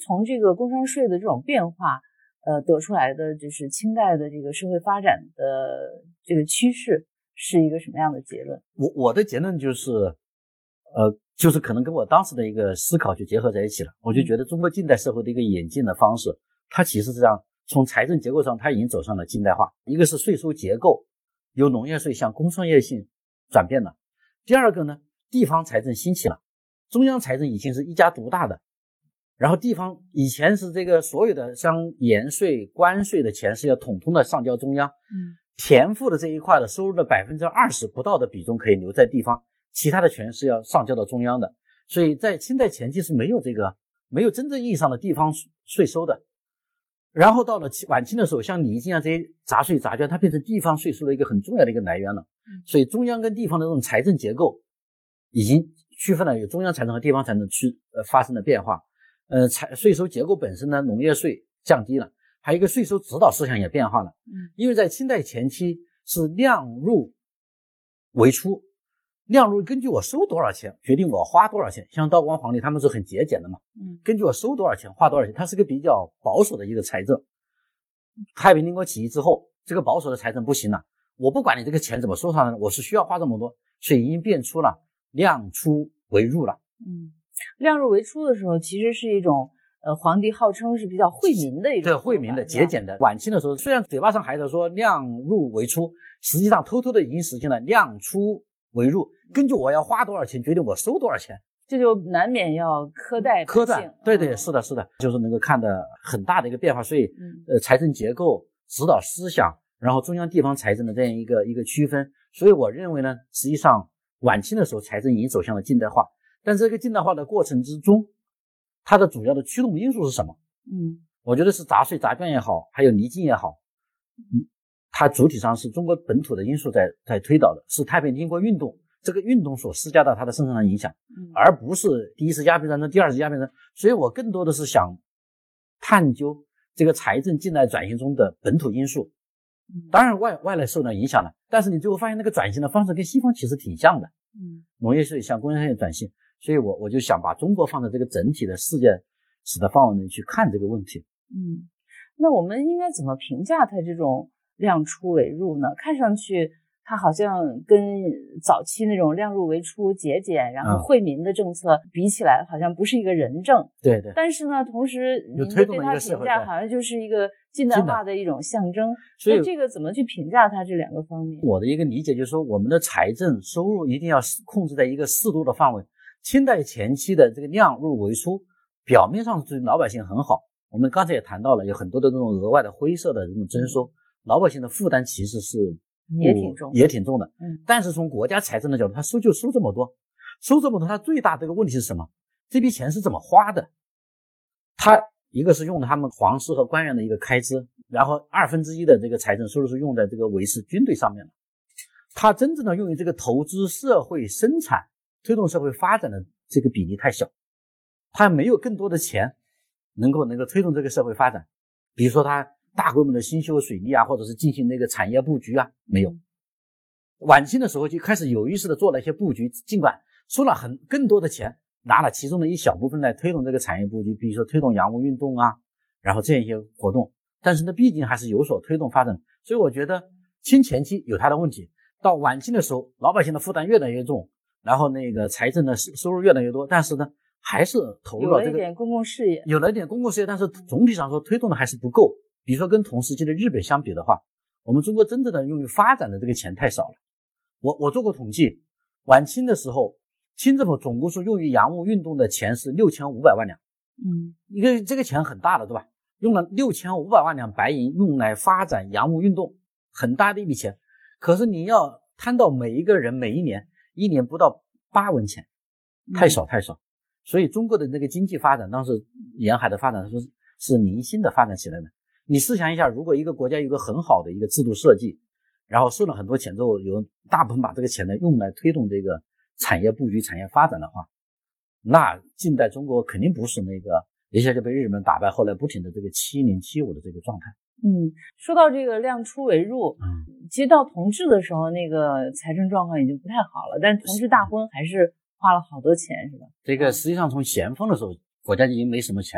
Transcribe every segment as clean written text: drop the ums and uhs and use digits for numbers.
从这个工商税的这种变化，得出来的就是清代的这个社会发展的这个趋势是一个什么样的结论？ 我的结论就是可能跟我当时的一个思考就结合在一起了。我就觉得中国近代社会的一个演进的方式，它其实是这样，从财政结构上它已经走上了近代化。一个是税收结构由农业税向工商业性转变了，第二个呢，地方财政兴起了，中央财政已经是一家独大的，然后地方以前是这个所有的像盐税关税的钱是要统统的上交中央，田赋的这一块的收入的 20% 不到的比重可以留在地方，其他的全是要上交到中央的。所以在清代前期是没有真正意义上的地方税收的。然后到了晚清的时候，像礼金啊这些杂税杂捐，它变成地方税收的一个很重要的一个来源了。所以中央跟地方的这种财政结构已经区分了，有中央财政和地方财政发生了变化。税收结构本身呢，农业税降低了，还有一个税收指导事项也变化了。因为在清代前期是量入为出，量入根据我收多少钱决定我花多少钱，像道光皇帝他们是很节俭的嘛，根据我收多少钱花多少钱，它是个比较保守的一个财政。太平天国起义之后，这个保守的财政不行了，我不管你这个钱怎么收上来，我是需要花这么多，所以已经变出了量出为入了。 量入为出的时候，其实是一种皇帝号称是比较惠民的一种， 对，惠民的节俭的。晚清的时候，虽然嘴巴上还在说量入为出，实际上偷偷的已经实现了量出为入，根据我要花多少钱决定我收多少钱， 这就难免要苛待百姓。 对，是的，就是能够看得很大的一个变化。所以财政结构、指导思想，然后中央地方财政的这样一个区分。所以我认为呢，实际上晚清的时候财政已经走向了近代化，但这个近代化的过程之中，它的主要的驱动因素是什么？我觉得是杂税杂捐也好，还有礼金也好，它主体上是中国本土的因素在推导的，是太平天国运动这个运动所施加到它的身上的影响，而不是第一次鸦片战争、第二次鸦片战争。所以我更多的是想探究这个财政近代转型中的本土因素。当然外来受到影响了，但是你最后发现那个转型的方式跟西方其实挺像的。农业税向工商业转型，所以我就想把中国放在这个整体的世界史的范围内去看这个问题。 那我们应该怎么评价它这种量出为入呢？看上去它好像跟早期那种量入为出、节俭然后惠民的政策比起来，好像不是一个人政。 对。 但是呢，同时又推动了一个社会， 评价好像就是一个近代化的一种象征。 所以那这个怎么去评价它这两个方面？ 我的一个理解就是说，我们的财政收入一定要控制在一个适度的范围。清代前期的这个量入为出，表面上对老百姓很好。我们刚才也谈到了，有很多的这种额外的灰色的这种征收，老百姓的负担其实是也挺重的。但是从国家财政的角度，他收这么多，他最大的一个问题是什么？这笔钱是怎么花的？他一个是用他们皇室和官员的一个开支，然后1/2的这个财政收入是用在这个维持军队上面了。他真正的用于这个投资社会生产、推动社会发展的这个比例太小，他没有更多的钱能够推动这个社会发展。比如说他大规模的新修水利啊，或者是进行那个产业布局啊，没有。晚清的时候就开始有意识的做了一些布局，尽管收了更多的钱，拿了其中的一小部分来推动这个产业布局，比如说推动洋务运动啊，然后这样一些活动，但是呢毕竟还是有所推动发展。所以我觉得清前期有它的问题，到晚清的时候老百姓的负担越来越重，然后那个财政的收入越来越多，但是呢还是投入了有了一点公共事业， 但是总体上说推动的还是不够。比如说跟同时期的日本相比的话，我们中国真正的用于发展的这个钱太少了。我做过统计，晚清的时候清政府总共是用于洋务运动的钱是6500万两。这个钱很大的，对吧？用了6500万两白银用来发展洋务运动，很大的一笔钱。可是你要摊到每一个人每一年不到8文钱，太少。所以中国的那个经济发展，当时沿海的发展是零星的发展起来的。你试想一下，如果一个国家有一个很好的一个制度设计，然后收了很多钱之后，有大部分把这个钱呢用来推动这个产业布局、产业发展的话，那近代中国肯定不是那个一下就被日本打败，后来不停的这个70、75的这个状态。 说到这个量出为入，其实到同治的时候，那个财政状况已经不太好了，但是同治大婚还是花了好多钱，是吧？ 这个实际上从咸丰的时候，国家已经没什么钱了。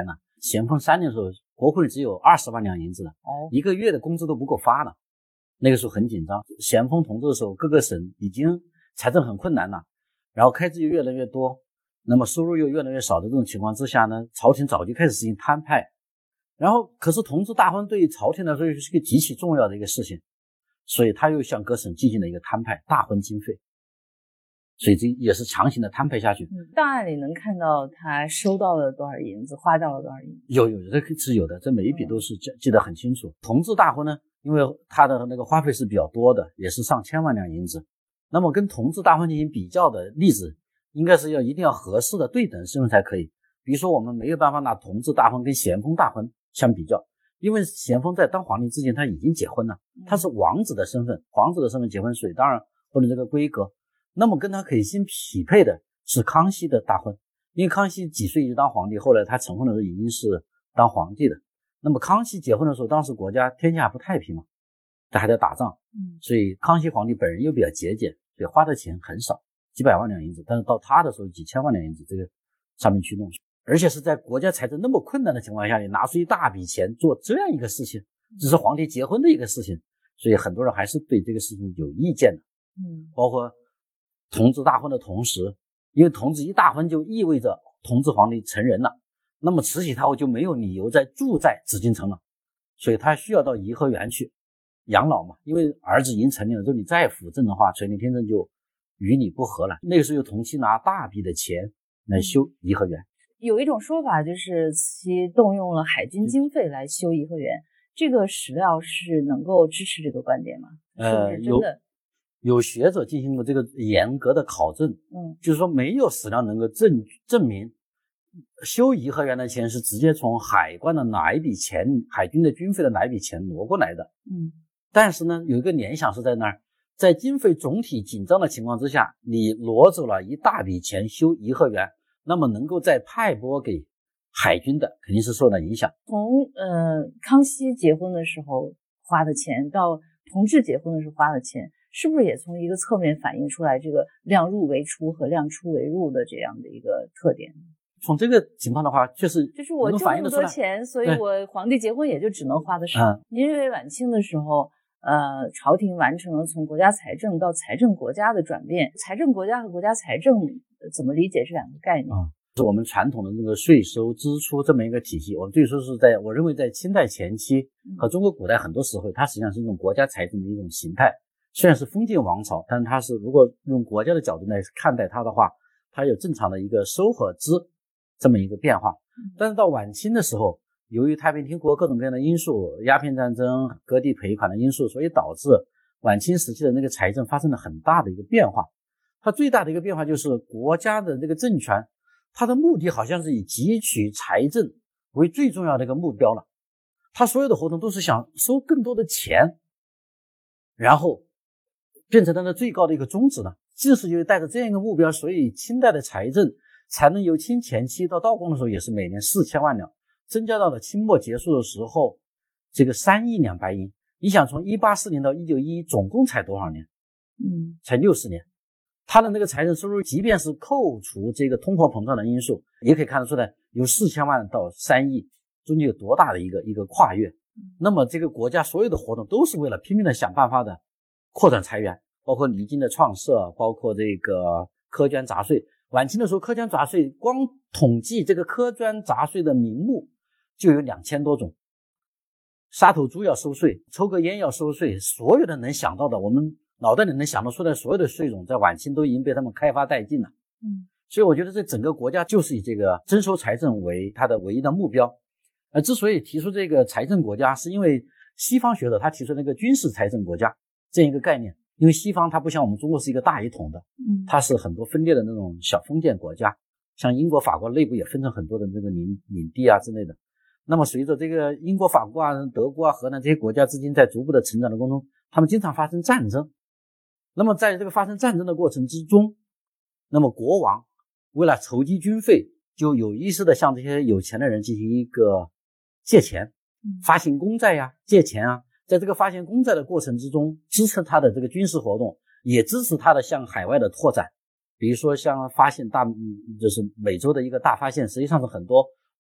咸丰3年的时候，国库里只有20万两银子的，一个月的工资都不够发了。那个时候很紧张，咸丰同治的时候，各个省已经财政很困难了，然后开支又越来越多，那么收入又越来越少的这种情况之下呢，朝廷早就开始实行摊派。然后可是同治大婚对于朝廷来说又是一个极其重要的一个事情，所以他又向各省进行了一个摊派，大婚经费，所以这也是强行的摊派下去。 档案里能看到他收到了多少银子，花掉了多少银子？ 有，这是有的，这每一笔都是记得很清楚。同治大婚呢，因为他的那个花费是比较多的，也是上千万两银子。那么跟同治大婚进行比较的例子，应该是一定要合适的对等身份才可以。比如说我们没有办法拿同治大婚跟咸丰大婚相比较，因为咸丰在当皇帝之前他已经结婚了，他是王子的身份，皇子的身份结婚，所以当然不能这个规格。那么跟他可以相匹配的是康熙的大婚，因为康熙几岁就当皇帝，后来他成婚的时候已经是当皇帝的。那么康熙结婚的时候，当时国家天下不太平嘛，他还在打仗，所以康熙皇帝本人又比较节俭，所以花的钱很少，几百万两银子，但是到他的时候几千万两银子，这个上面去弄，而且是在国家财政那么困难的情况下，你拿出一大笔钱做这样一个事情，只是皇帝结婚的一个事情，所以很多人还是对这个事情有意见的。包括同治大婚的同时，因为同治一大婚就意味着同治皇帝成人了，那么慈禧太后就没有理由再住在紫禁城了，所以他需要到颐和园去养老嘛，因为儿子已经成年了，如果你再辅政的话，垂帘听政就与你不合了。那个时候又同期拿大笔的钱来修颐和园。 有一种说法就是慈禧动用了海军经费来修颐和园，这个史料是能够支持这个观点吗？是不是真的？ 有学者进行过这个严格的考证，就是说没有史料能够证明修颐和园的钱是直接从海关的哪一笔钱，海军的军费的哪一笔钱挪过来的。但是呢，有一个联想是在那儿，在经费总体紧张的情况之下，你挪走了一大笔钱修颐和园，那么能够再派拨给海军的肯定是受到影响。 从康熙结婚的时候花的钱到同治结婚的时候花的钱，是不是也从一个侧面反映出来这个量入为出和量出为入的这样的一个特点？ 从这个情况的话，就是我挣那么多钱，所以我皇帝结婚也就只能花的少。您认为晚清的时候朝廷完成了从国家财政到财政国家的转变，财政国家和国家财政怎么理解这两个概念？ 是我们传统的那个税收支出这么一个体系。我们最初是我认为在清代前期和中国古代很多时候，它实际上是一种国家财政的一种形态。虽然是封建王朝，但它是如果用国家的角度来看待它的话，它有正常的一个收和支这么一个变化。但是到晚清的时候，由于太平天国各种各样的因素，鸦片战争、割地赔款的因素，所以导致晚清时期的那个财政发生了很大的一个变化。它最大的一个变化就是国家的这个政权，它的目的好像是以汲取财政为最重要的一个目标了。它所有的活动都是想收更多的钱，然后变成它的最高的一个宗旨了。正是因为带着这样一个目标，所以清代的财政才能由清前期到道光的时候也是每年4000万两，增加到了清末结束的时候这个3亿两白银。你想从1840到1911总共才多少年？才60年。它的那个财政收入即便是扣除这个通货膨胀的因素，也可以看得出来由4000万到3亿中间有多大的一个跨越。那么这个国家所有的活动都是为了拼命的想办法的扩展财源，包括礼金的创设，包括这个苛捐杂税。晚清的时候苛捐杂税光统计这个苛捐杂税的名目就有2000多种，杀头猪要收税，抽个烟要收税，所有的能想到的我们脑袋里能想得出来所有的税种在晚清都已经被他们开发殆尽了。所以我觉得这整个国家就是以这个征收财政为它的唯一的目标。之所以提出这个财政国家，是因为西方学者他提出那个军事财政国家这样一个概念。因为西方它不像我们中国是一个大一统的，它是很多分裂的那种小封建国家，像英国法国内部也分成很多的那个领地啊之类的。那么随着这个英国法国啊、德国啊、荷兰这些国家之间在逐步的成长的过程中，他们经常发生战争。那么在这个发生战争的过程之中，那么国王为了筹集军费，就有意识的向这些有钱的人进行一个借钱，发行公债呀、借钱啊。在这个发行公债的过程之中，支持他的这个军事活动，也支持他的向海外的拓展。比如说像发现就是美洲的一个大发现，实际上是很多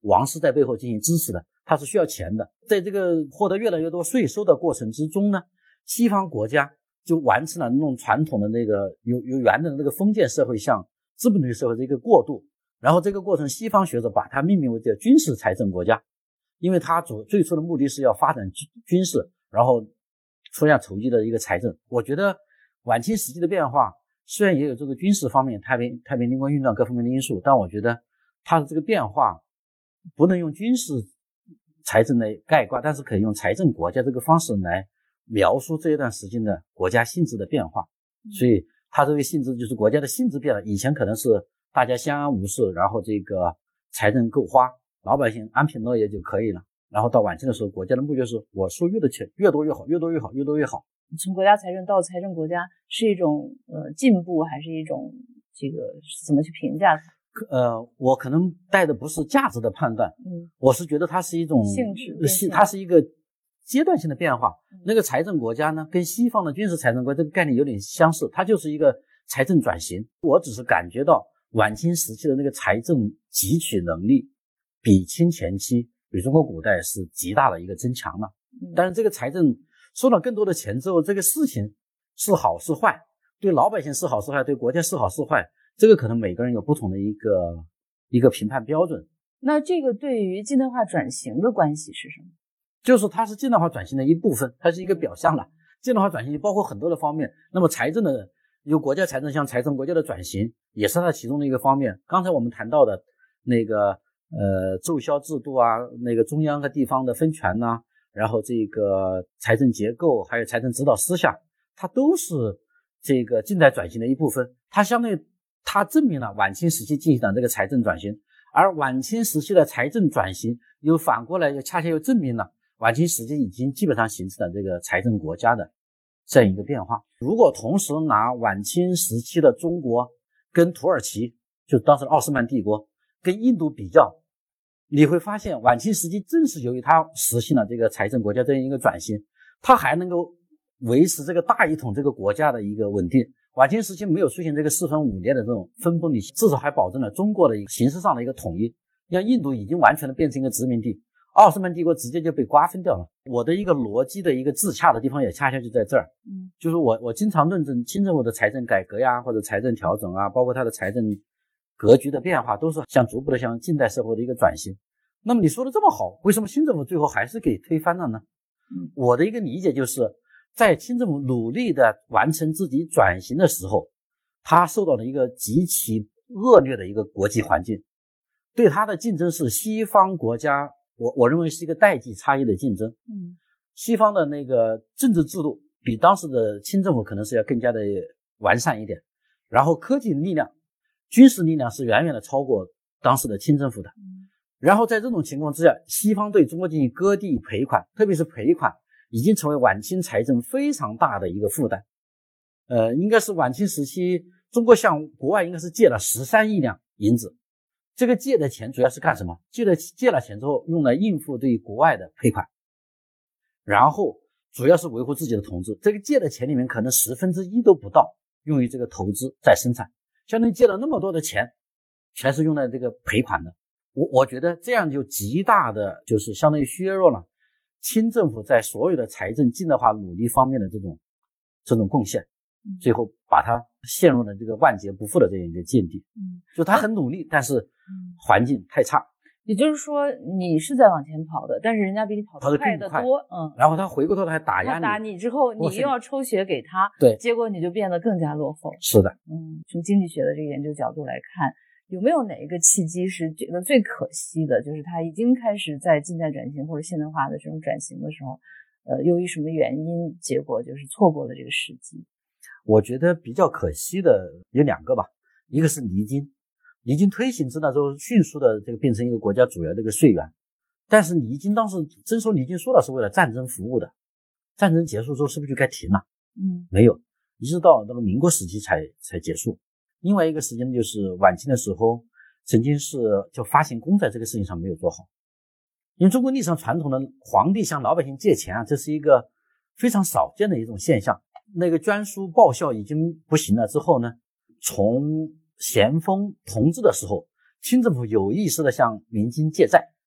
王室在背后进行支持的，它是需要钱的。在这个获得越来越多税收的过程之中呢，西方国家就完成了那种传统的那个由原的那个封建社会向资本主义社会的一个过渡。然后这个过程，西方学者把它命名为叫军事财政国家，因为它最初的目的是要发展军事，然后出现筹集的一个财政。我觉得晚清时期的变化虽然也有这个军事方面太平天国运动各方面的因素，但我觉得它的这个变化不能用军事财政来概括，但是可以用财政国家这个方式来描述这一段时间的国家性质的变化。所以它这个性质就是国家的性质变了，以前可能是大家相安无事，然后这个财政够花，老百姓安贫乐业就可以了。然后到晚清的时候，国家的目标是我收越的钱越多越好，越多越好，越多越好。 从国家财政到财政国家是一种进步，还是一种这个怎么去评价它？ 我可能带的不是价值的判断，我是觉得它是一种性质， 它是一个阶段性的变化。那个财政国家呢，跟西方的军事财政国家这个概念有点相似，它就是一个财政转型。我只是感觉到晚清时期的那个财政汲取能力比清前期比中国古代是极大的一个增强了。但是这个财政收了更多的钱之后，这个事情是好是坏，对老百姓是好是坏，对国家是好是坏，这个可能每个人有不同的一个评判标准。 那这个对于近代化转型的关系是什么？ 就是它是近代化转型的一部分，它是一个表象了。近代化转型包括很多的方面，那么财政的由国家财政向财政国家的转型也是它其中的一个方面。刚才我们谈到的那个奏销制度啊，那个中央和地方的分权啊，然后这个财政结构还有财政指导思想，它都是这个近代转型的一部分。它相当于它证明了晚清时期进行的这个财政转型，而晚清时期的财政转型又反过来又恰恰又证明了晚清时期已经基本上形成了这个财政国家的这样一个变化。如果同时拿晚清时期的中国跟土耳其，就当时的奥斯曼帝国跟印度比较，你会发现晚清时期正是由于它实行了这个财政国家这样一个转型，它还能够维持这个大一统这个国家的一个稳定。晚清时期没有出现这个4分5裂的这种分崩离析，至少还保证了中国的一个形式上的一个统一。像印度已经完全的变成一个殖民地，奥斯曼帝国直接就被瓜分掉了。我的一个逻辑的一个自洽的地方也恰恰就在这儿，就是我经常论证清政府的财政改革呀，或者财政调整啊，包括它的财政格局的变化，都是逐步的向近代社会的一个转型。那么你说的这么好，为什么清政府最后还是给推翻了呢？我的一个理解就是，在清政府努力的完成自己转型的时候，他受到了一个极其恶劣的一个国际环境，对他的竞争是西方国家，我认为是一个代际差异的竞争。西方的那个政治制度比当时的清政府可能是要更加的完善一点，然后科技力量、军事力量是远远的超过当时的清政府的。然后在这种情况之下，西方对中国进行割地赔款，特别是赔款已经成为晚清财政非常大的一个负担。应该是晚清时期中国向国外应该是借了13亿两银子。这个借的钱主要是干什么？借了钱之后用来应付对国外的赔款，然后主要是维护自己的统治。这个借的钱里面可能1/10都不到用于这个投资再生产，相当于借了那么多的钱全是用来这个赔款的。我觉得这样就极大的就是相当于削弱了清政府在所有的财政近代化努力方面的这种贡献，最后把它陷入了这个万劫不复的这样一个境地。就他很努力，但是环境太差。 也就是说你是在往前跑的，但是人家比你跑得快得多。 然后他回过头来打压你， 打你之后你又要抽血给他， 对， 结果你就变得更加落后。 是的。 从经济学的这个研究角度来看，有没有哪一个契机是觉得最可惜的，就是他已经开始在近代转型或者现代化的这种转型的时候，由于什么原因，结果就是错过了这个时机？ 我觉得比较可惜的有2个吧，一个是离京推行之那之后，迅速的这个变成一个国家主要的一个税源，但是离京当时征收离京说了是为了战争服务的，战争结束之后是不是就该停了？没有，一直到那个民国时期才结束。另外一个时间就是晚清的时候，曾经是就发行公债这个事情上没有做好。因为中国历史上传统的皇帝向老百姓借钱啊，这是一个非常少见的一种现象。那个捐书报效已经不行了之后呢，从咸丰同治的时候，清政府有意识的向民间借债，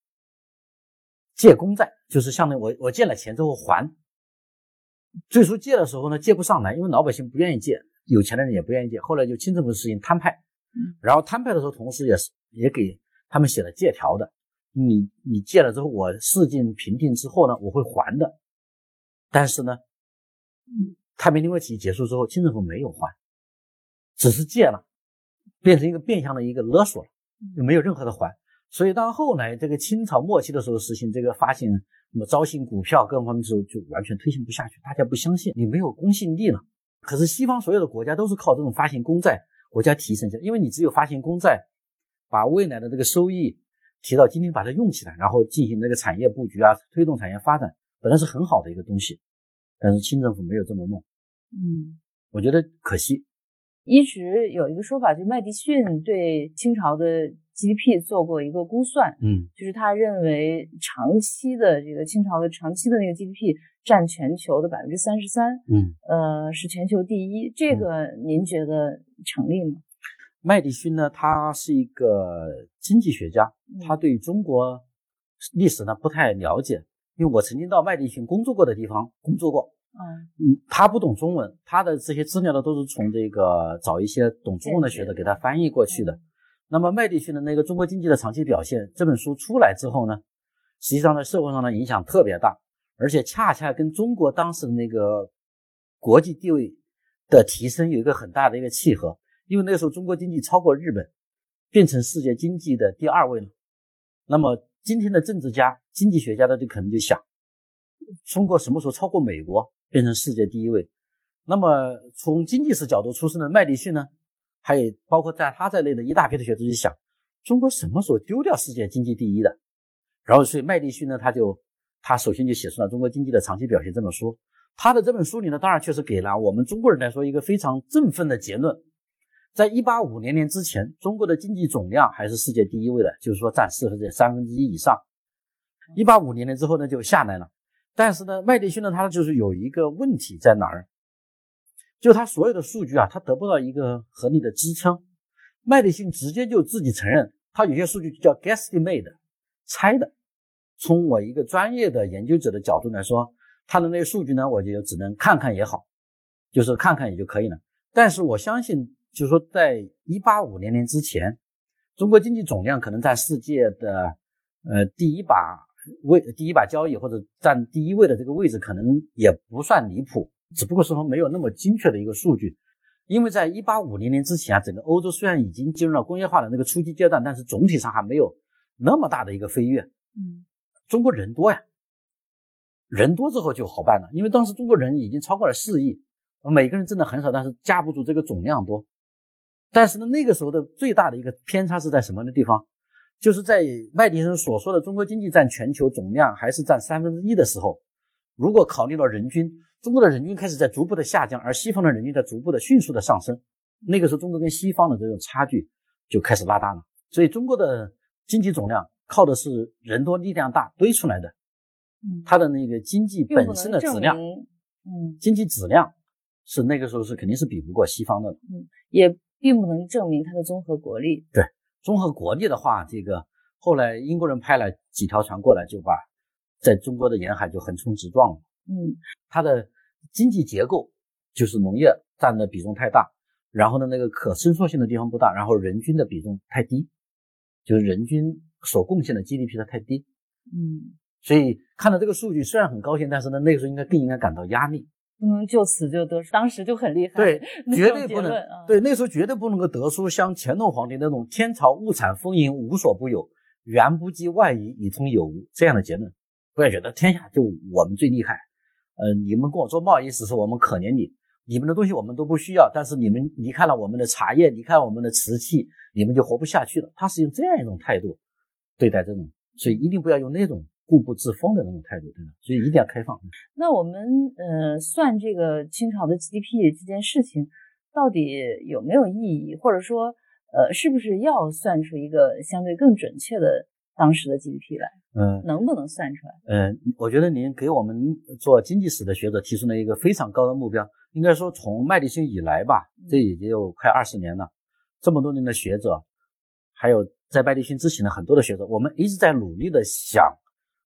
借公债，就是相当于我借了钱之后还。最初借的时候呢，借不上来，因为老百姓不愿意借，有钱的人也不愿意借。后来就清政府实行摊派，然后摊派的时候，同时也给他们写了借条的，你借了之后，我事情平定之后呢，我会还的。但是呢，太平天国起义结束之后，清政府没有还，只是借了，变成一个变相的一个勒索了，就没有任何的还。所以到后来这个清朝末期的时候实行这个发行什么招信股票各方面之后，就完全推行不下去，大家不相信，你没有公信力了。可是西方所有的国家都是靠这种发行公债国家提升起来，因为你只有发行公债，把未来的这个收益提到今天把它用起来，然后进行这个产业布局啊，推动产业发展，本来是很好的一个东西，但是清政府没有这么弄。我觉得可惜。 一直有一个说法，就是麦迪逊对清朝的 GDP 做过一个估算，就是他认为长期的这个清朝的长期的那个 GDP 占全球的33%，是全球第一，这个您觉得成立吗？ 麦迪逊呢，他是一个经济学家，他对中国历史呢不太了解，因为我曾经到麦迪逊工作过的地方工作过。他不懂中文，他的这些资料呢都是从这个找一些懂中文的学者给他翻译过去的。那么麦迪逊的那个《中国经济的长期表现》这本书出来之后呢，实际上在社会上的影响特别大，而且恰恰跟中国当时的那个国际地位的提升有一个很大的一个契合。因为那个时候中国经济超过日本，变成世界经济的第2位了。那么今天的政治家、经济学家的就可能就想，中国什么时候超过美国变成世界第1位？那么从经济史角度出身的麦迪逊呢，还有包括在他在内的一大批的学者就想，中国什么时候丢掉世界经济第1的？然后所以麦迪逊呢，他首先就写出了《中国经济的长期表现》这本书。他的这本书里呢，当然确实给了我们中国人来说一个非常振奋的结论。在1850年之前，中国的经济总量还是世界第1位的，就是说占1/3以上。1850年之后呢，就下来了。但是呢，麦迪逊呢，他就是有一个问题在哪儿？就他所有的数据啊，他得不到一个合理的支撑。麦迪逊直接就自己承认，他有些数据叫 guesstimate 猜的。从我一个专业的研究者的角度来说，他的那些数据呢，我就只能看看也好，就是看看也就可以了。但是我相信，就是说在1850年之前，中国经济总量可能在世界的第一把交椅或者占第1位的这个位置可能也不算离谱，只不过是说没有那么精确的一个数据。因为在1850年之前啊，整个欧洲虽然已经进入了工业化的那个初级阶段，但是总体上还没有那么大的一个飞跃。中国人多呀，人多之后就好办了，因为当时中国人已经超过了4亿，每个人挣的很少，但是架不住这个总量多。但是呢，那个时候的最大的一个偏差是在什么的地方？就是在麦迪逊所说的中国经济占全球总量还是占1/3的时候，如果考虑到人均，中国的人均开始在逐步的下降，而西方的人均在逐步的迅速的上升，那个时候中国跟西方的这种差距就开始拉大了。所以中国的经济总量靠的是人多力量大堆出来的，它的那个经济本身的质量，经济质量是那个时候是肯定是比不过西方的。 也并不能证明它的综合国力。 对，综合国力的话，这个后来英国人派了几条船过来，就把在中国的沿海就横冲直撞了。它的经济结构就是农业占的比重太大，然后呢那个可伸缩性的地方不大，然后人均的比重太低，就是人均所贡献的 GDP 的太低。所以看到这个数据虽然很高兴，但是呢那个时候更应该感到压力。 不能就此就得，当时就很厉害。 对，绝对不能。对，那时候绝对不能够得出像乾隆皇帝那种天朝物产丰盈无所不有，原不及外夷以通有无这样的结论。不要觉得天下就我们最厉害，你们跟我做贸易只是我们可怜你们的东西我们都不需要，但是你们离开了我们的茶叶，离开了我们的瓷器，你们就活不下去了。他是用这样一种态度对待这种，所以一定不要用那种固步自封的那种态度，对吧？所以一定要开放。 那我们算这个清朝的 GDP 这件事情到底有没有意义，或者说是不是要算出一个相对更准确的当时的 GDP 来？能不能算出来？ 我觉得您给我们做经济史的学者提出了一个非常高的目标。应该说从麦迪逊以来吧，这已经有快20年了，这么多年的学者，还有在麦迪逊之前的很多的学者，我们一直在努力的想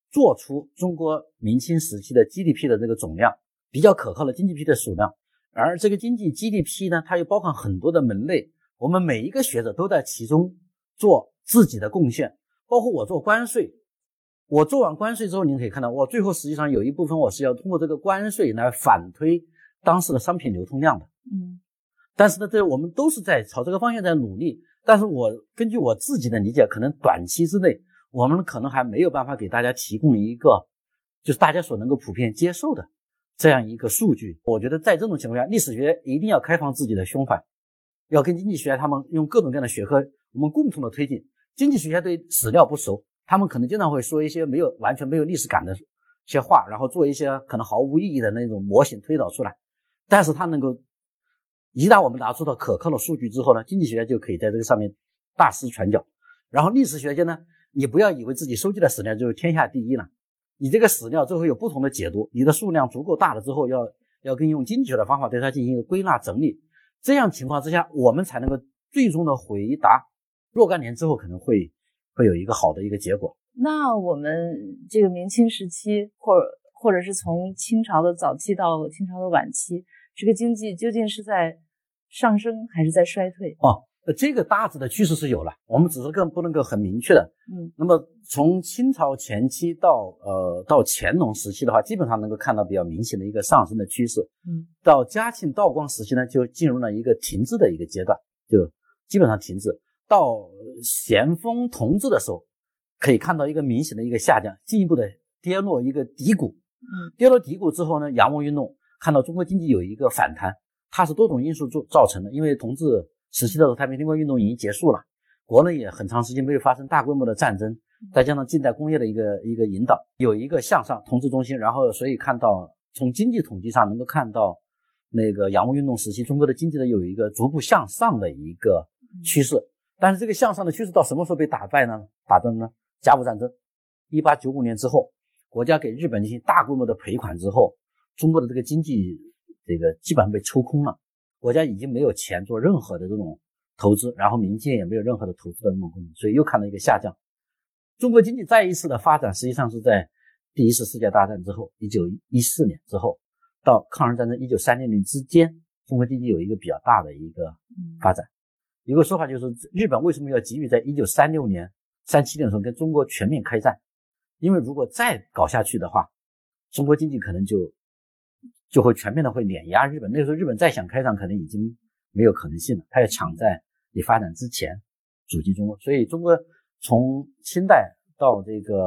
做出中国明清时期的 GDP 的这个总量，比较可靠的经济 GDP 的数量。而这个经济 GDP 呢，它又包含很多的门类，我们每一个学者都在其中做自己的贡献，包括我做关税。我做完关税之后，您可以看到，我最后实际上有一部分我是要通过这个关税来反推当时的商品流通量的。但是呢，这我们都是在朝这个方向在努力。但是我根据我自己的理解，可能短期之内，我们可能还没有办法给大家提供一个就是大家所能够普遍接受的这样一个数据。我觉得在这种情况下，历史学一定要开放自己的胸怀，要跟经济学家他们用各种各样的学科，我们共同的推进。经济学家对史料不熟，他们可能经常会说一些完全没有历史感的一些话，然后做一些可能毫无意义的那种模型推导出来。但是他能够一旦我们拿出了可靠的数据之后呢，经济学家就可以在这个上面大施拳脚。然后历史学家呢，你不要以为自己收集的史料就是天下第一了，你这个史料最后有不同的解读，你的数量足够大了之后，要跟用经济学的方法对它进行一个归纳整理。这样情况之下，我们才能够最终的回答若干年之后可能会有一个好的一个结果。 那我们这个明清时期，或者是从清朝的早期到清朝的晚期，这个经济究竟是在上升还是在衰退？ 这个大致的趋势是有了，我们只是更不能够很明确的。那么从清朝前期到乾隆时期的话，基本上能够看到比较明显的一个上升的趋势。到嘉庆道光时期呢，就进入了一个停滞的一个阶段，就基本上停滞。到咸丰同治的时候，可以看到一个明显的一个下降，进一步的跌落一个低谷。跌落低谷之后呢，洋务运动看到中国经济有一个反弹，它是多种因素造成的。因为同治时期的时候，太平天国运动已经结束了，国内也很长时间没有发生大规模的战争，再加上近代工业的一个引导，有一个向上同治中心，然后所以看到从经济统计上能够看到那个洋务运动时期中国的经济的有一个逐步向上的一个趋势。但是这个向上的趋势到什么时候被打断呢？甲午战争1895年之后，国家给日本进行大规模的赔款之后，中国的这个经济基本上被抽空了，国家已经没有钱做任何的这种投资，然后民间也没有任何的投资的这种功能，所以又看到一个下降。中国经济再一次的发展实际上是在第一次世界大战之后，1914年之后到抗日战争1936年之间，中国经济有一个比较大的一个发展。有个说法就是日本为什么要急于在1936年37年的时候跟中国全面开战，因为如果再搞下去的话，中国经济可能就会全面的会碾压日本。那个时候日本再想开战可能已经没有可能性了，它要抢在你发展之前阻击中国。所以中国从清代到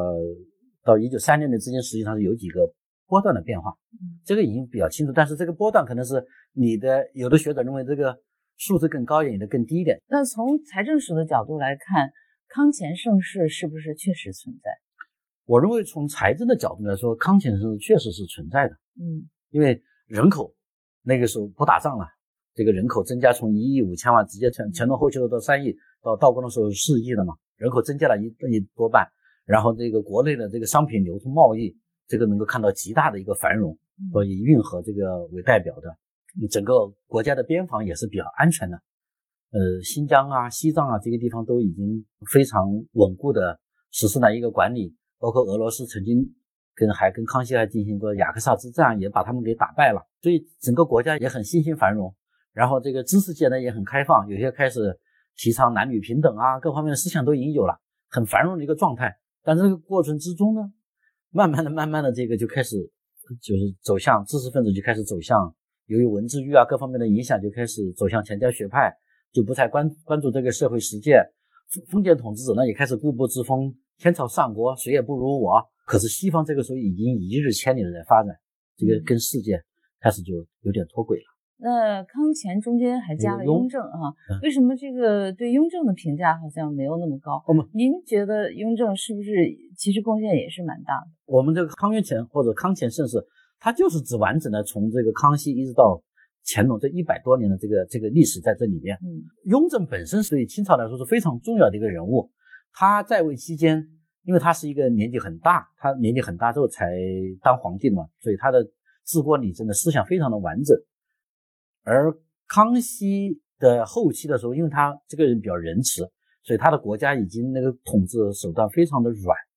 1936年之间实际上是有几个波段的变化，这个已经比较清楚。但是这个波段可能是有的学者认为这个数字更高一点，有的更低一点。 那从财政史的角度来看，康乾盛世是不是确实存在？ 我认为从财政的角度来说，康乾盛世确实是存在的。因为人口那个时候不打仗了，这个人口增加从1亿5千万直接乾隆后期到3亿，到道光的时候4亿了嘛，人口增加了1亿多半，然后这个国内的这个商品流通贸易，这个能够看到极大的一个繁荣，以运河这个为代表的，整个国家的边防也是比较安全的。新疆啊、西藏啊这个地方都已经非常稳固的实施了一个管理，包括俄罗斯曾经还跟康熙还进行过雅克萨之战，也把他们给打败了，所以整个国家也很欣欣繁荣。然后这个知识界呢也很开放，有些开始提倡男女平等啊，各方面的思想都已经有了，很繁荣的一个状态。但这个过程之中呢，慢慢的这个就开始就是走向知识分子就开始走向，由于文字狱啊各方面的影响，就开始走向钱家学派，就不太关注这个社会实践。封建统治者呢也开始固步自封，天朝上国谁也不如我。可是西方这个时候已经一日千里的在发展，这个跟世界开始就有点脱轨了。 那康乾中间还加了雍正啊，为什么这个对雍正的评价好像没有那么高？您觉得雍正是不是其实贡献也是蛮大的？ 我们这个康雍乾或者康乾盛世，它就是指完整的从这个康熙一直到乾隆这100多年的这个历史在这里面。雍正本身对清朝来说是非常重要的一个人物，他在位期间，因为他是一个年纪很大之后才当皇帝的嘛，所以他的治国理政的思想非常的完整。而康熙的后期的时候，因为他这个人比较仁慈，所以他的国家已经那个统治手段非常的软，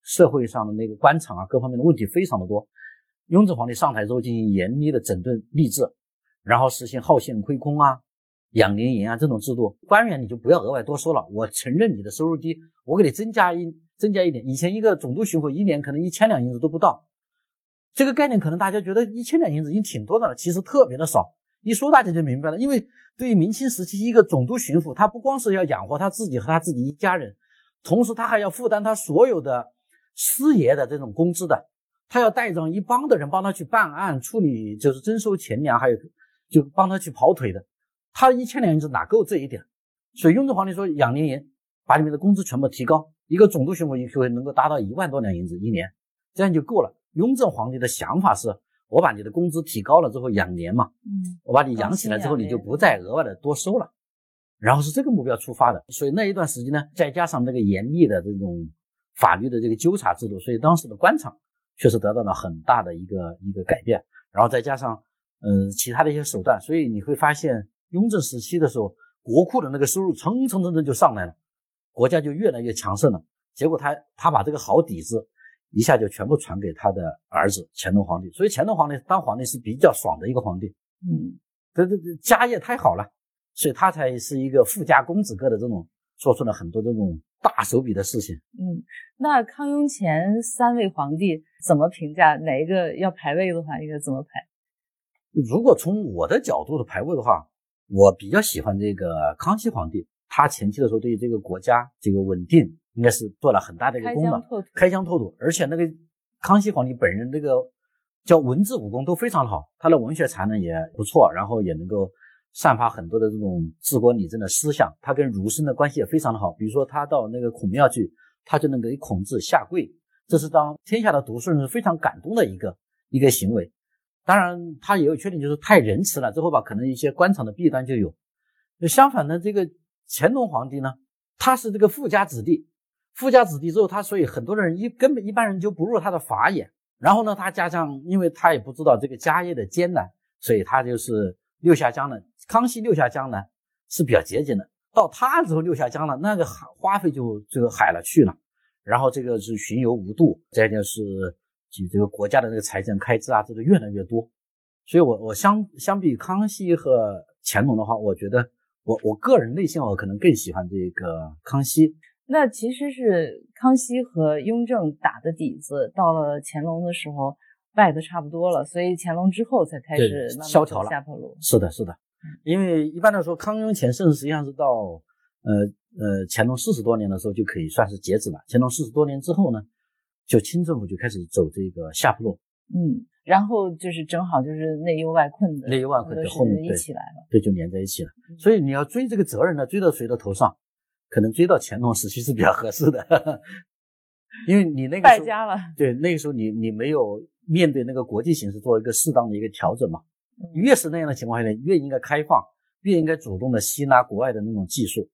社会上的那个官场啊，各方面的问题非常的多。雍正皇帝上台之后进行严厉的整顿吏治，然后实行号线亏空啊、养廉银啊这种制度。官员你就不要额外多收了，我承认你的收入低，我给你增加一点。以前一个总督巡抚一年可能1000两银子都不到，这个概念可能大家觉得1000两银子已经挺多的了，其实特别的少。一说大家就明白了，因为对于明清时期一个总督巡抚，他不光是要养活他自己和他自己一家人，同时他还要负担他所有的师爷的这种工资的，他要带上一帮的人帮他去办案处理，就是征收钱粮，还有就帮他去跑腿的，他1000两银子哪够这一点？所以雍正皇帝说养廉银，把你们的工资全部提高，一个总督巡抚一回能够达到1万多两银子一年，这样就够了。雍正皇帝的想法是，我把你的工资提高了之后养廉嘛，我把你养起来之后，你就不再额外的多收了，然后是这个目标出发的。所以那一段时间呢，再加上这个严厉的这种法律的这个纠察制度，所以当时的官场确实得到了很大的一个改变，然后再加上其他的一些手段，所以你会发现雍正时期的时候，国库的那个收入蹭就上来了，国家就越来越强盛了。结果他把这个好底子一下就全部传给他的儿子乾隆皇帝，所以乾隆皇帝当皇帝是比较爽的一个皇帝，这家业太好了，所以他才是一个富家公子哥的这种，做出了很多这种大手笔的事情。 那康雍乾3位皇帝怎么评价？哪一个要排位的话，应该怎么排？ 如果从我的角度的排位的话，我比较喜欢这个康熙皇帝，他前期的时候对这个国家这个稳定应该是做了很大的一个功劳，开疆拓土，而且那个康熙皇帝本人这个叫文治武功都非常好，他的文学才能也不错，然后也能够散发很多的这种治国理政的思想，他跟儒生的关系也非常的好，比如说他到那个孔庙去，他就能给孔子下跪，这是当天下的读书人是非常感动的一个行为。当然他也有缺点，就是太仁慈了，之后吧可能一些官场的弊端就有。相反呢，这个乾隆皇帝呢，他是这个富家子弟之后，他所以很多人根本一般人就不入他的法眼。然后呢，他加上因为他也不知道这个家业的艰难，所以他就是六下江南，康熙六下江南是比较节俭的，到他之后六下江南那个花费就这个海了去了，然后这个是巡游无度，再就是这个国家的这个财政开支啊，这个越来越多。所以我相比康熙和乾隆的话，我觉得我个人内心我可能更喜欢这个康熙。 那其实是康熙和雍正打的底子，到了乾隆的时候败得差不多了，所以乾隆之后才开始慢慢萧条了， 下坡路。 是的，因为一般来说康雍乾盛世实际上是到乾隆40多年的时候就可以算是截止了。乾隆40多年之后呢，就清政府就开始走这个下坡路。 然后就是正好就是内忧外困的后面一起来了， 对，就连在一起了。所以你要追这个责任呢，追到谁的头上？可能追到乾隆时期是比较合适的，因为你那个时候败家了。 对，那个时候你没有面对那个国际形势做一个适当的一个调整嘛。越是那样的情况下，越应该开放，越应该主动的吸纳国外的那种技术。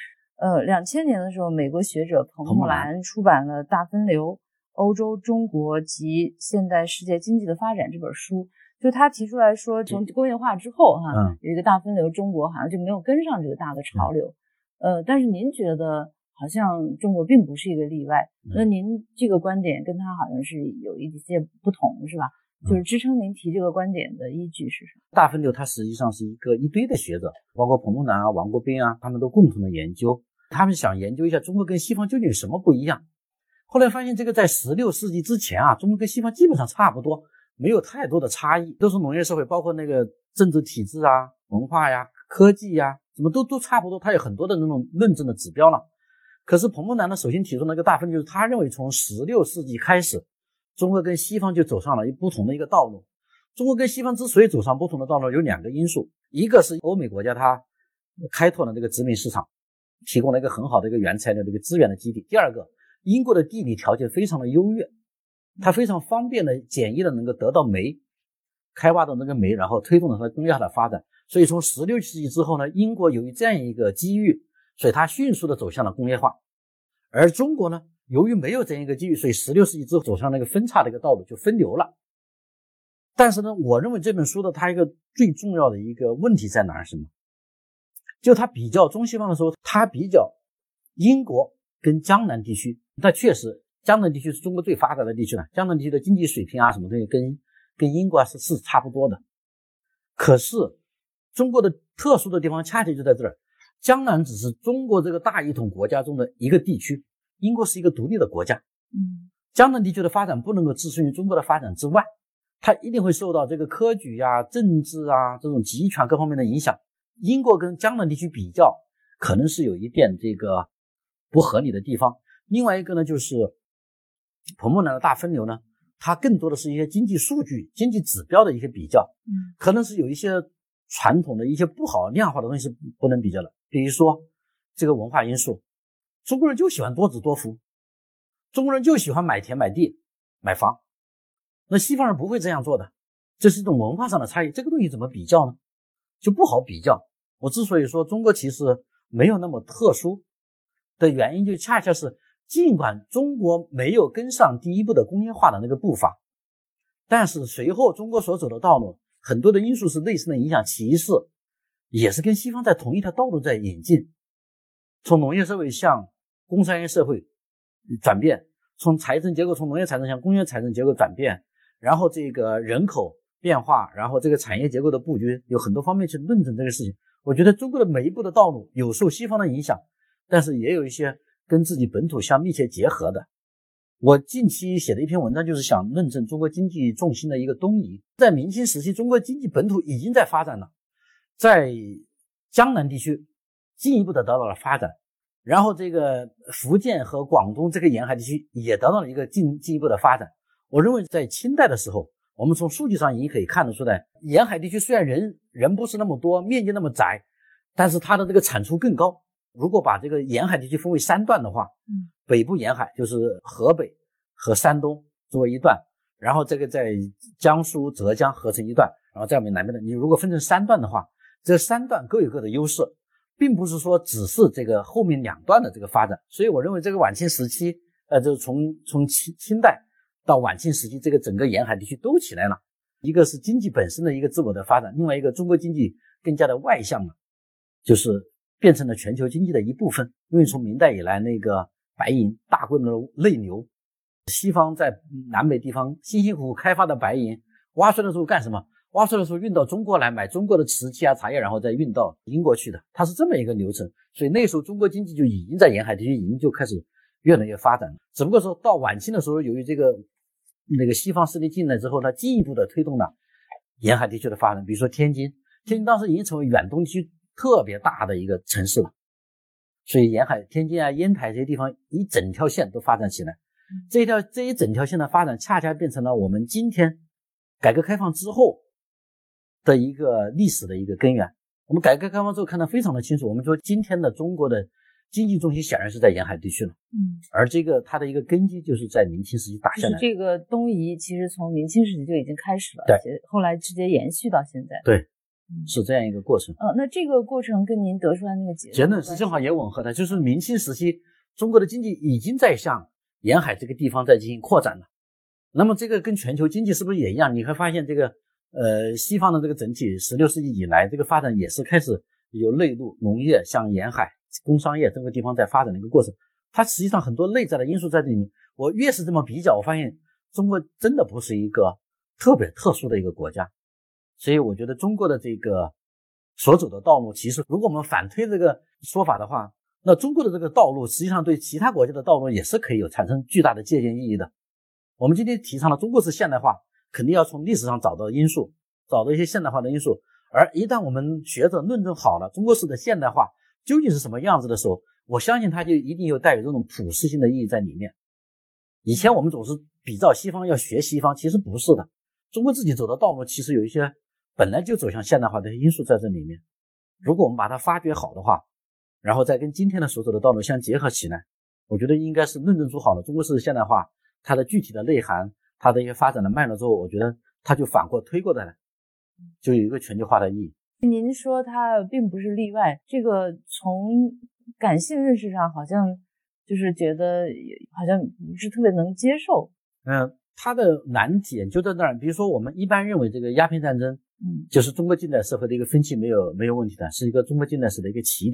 2000年的时候，美国学者彭木兰出版了《大分流：欧洲、中国及现代世界经济的发展》这本书，就他提出来说，从工业化之后有一个大分流，中国好像就没有跟上这个大的潮流。但是您觉得好像中国并不是一个例外，那您这个观点跟他好像是有一些不同，是吧？就是支撑您提这个观点的依据是什么？ 大分流它实际上是一堆的学者，包括彭木兰啊、王国斌啊，他们都共同的研究，他们想研究一下中国跟西方究竟有什么不一样。后来发现这个在16世纪之前啊，中国跟西方基本上差不多，没有太多的差异，都是农业社会，包括那个政治体制啊、文化呀、科技呀，什么都差不多，它有很多的那种论证的指标了。可是彭木兰呢，首先提出那个大分流，就是他认为从16世纪开始，中国跟西方就走上了不同的一个道路。中国跟西方之所以走上不同的道路，有2个因素，一个是欧美国家它开拓了这个殖民市场，提供了一个很好的一个原材料的一个资源的基地。第二个，英国的地理条件非常的优越，它非常方便的、简易的能够得到煤，开挖的那个煤，然后推动了它工业化的发展。所以从16世纪之后呢，英国由于这样一个机遇，所以它迅速的走向了工业化。而中国呢，由于没有这样一个机遇，所以16世纪之后走向那个分叉的一个道路，就分流了。但是呢，我认为这本书的它一个最重要的一个问题在哪是什么？就它比较中西方的时候，它比较英国跟江南地区，那确实江南地区是中国最发达的地区了，江南地区的经济水平啊什么东西跟英国是差不多的。可是中国的特殊的地方恰恰就在这儿，江南只是中国这个大一统国家中的一个地区，英国是一个独立的国家。江南地区的发展不能够置身于中国的发展之外，它一定会受到这个科举啊、政治啊这种集权各方面的影响。英国跟江南地区比较，可能是有一点这个不合理的地方。另外一个呢，就是彭木兰的大分流呢，它更多的是一些经济数据、经济指标的一些比较，可能是有一些传统的一些不好量化的东西是不能比较的。比如说这个文化因素，中国人就喜欢多子多福，中国人就喜欢买田买地买房，那西方人不会这样做的，这是一种文化上的差异，这个东西怎么比较呢？就不好比较。我之所以说中国其实没有那么特殊的原因，就恰恰是尽管中国没有跟上第一步的工业化的那个步伐，但是随后中国所走的道路很多的因素是类似的影响，其次也是跟西方在同一条道路在演进，从农业社会向工商业社会转变，从财政结构从农业财政向工业财政结构转变，然后这个人口变化，然后这个产业结构的布局，有很多方面去论证这个事情。我觉得中国的每一步的道路有受西方的影响，但是也有一些跟自己本土相密切结合的。我近期写的一篇文章就是想论证中国经济重心的一个东移。在明清时期，中国经济本土已经在发展了，在江南地区进一步的得到了发展，然后这个福建和广东这个沿海地区也得到了一个进一步的发展。我认为在清代的时候，我们从数据上已经可以看得出来，沿海地区虽然人不是那么多，面积那么窄，但是它的这个产出更高。如果把这个沿海地区分为3段的话，北部沿海就是河北和山东作为一段，然后这个在江苏、浙江合成一段，然后在我们南边的，你如果分成3段的话，这3段各有各的优势，并不是说只是这个后面2段的这个发展。所以我认为这个晚清时期，就是从清代到晚清时期，这个整个沿海地区都起来了。一个是经济本身的一个自我的发展，另外一个中国经济更加的外向了，就是变成了全球经济的一部分。因为从明代以来，那个白银大规模的内流，西方在南北地方辛辛苦苦开发的白银，挖出来的时候干什么？挖出来的时候运到中国来，买中国的瓷器啊、茶叶，然后再运到英国去的，它是这么一个流程。所以那时候中国经济就已经在沿海地区已经就开始越来越发展了。只不过说到晚清的时候，由于这个西方势力进来之后，它进一步的推动了沿海地区的发展。比如说天津当时已经成为远东地区特别大的一个城市了，所以沿海天津啊、烟台这些地方一整条线都发展起来。这一整条线的发展恰恰变成了我们今天改革开放之后的一个历史的一个根源。我们改革开放之后看得非常的清楚，我们说今天的中国的经济重心显然是在沿海地区了，而这个它的一个根基就是在明清时期打下来的。 这个东移其实从明清时期就已经开始了， 对， 后来直接延续到现在。 对，是这样一个过程。 那这个过程跟您得出来那个结论是正好也吻合的，就是明清时期中国的经济已经在向沿海这个地方在进行扩展了。那么这个跟全球经济是不是也一样？你会发现这个西方的这个整体16世纪以来这个发展也是开始有内陆农业向沿海工商业这个地方在发展的一个过程。它实际上很多内在的因素在这里面。我越是这么比较，我发现中国真的不是一个特别特殊的一个国家。所以我觉得中国的这个所走的道路，其实如果我们反推这个说法的话，那中国的这个道路实际上对其他国家的道路也是可以有产生巨大的借鉴意义的。我们今天提倡了中国式现代化，肯定要从历史上找到因素，找到一些现代化的因素。而一旦我们学者论证好了中国式的现代化究竟是什么样子的时候，我相信它就一定有带有这种普世性的意义在里面。以前我们总是比照西方要学西方，其实不是的。中国自己走的道路其实有一些本来就走向现代化的因素在这里面。如果我们把它发掘好的话，然后再跟今天的所走的道路相结合起来，我觉得应该是论证出好了中国式现代化它的具体的内涵，它的一些发展的脉络之后，我觉得它就反过推过来了，就有一个全球化的意义。 您说它并不是例外，这个从感性认识上好像就是觉得好像不是特别能接受。 它的难点就在那儿。比如说我们一般认为这个鸦片战争就是中国近代社会的一个分歧没有问题的，是一个中国近代史的一个起点。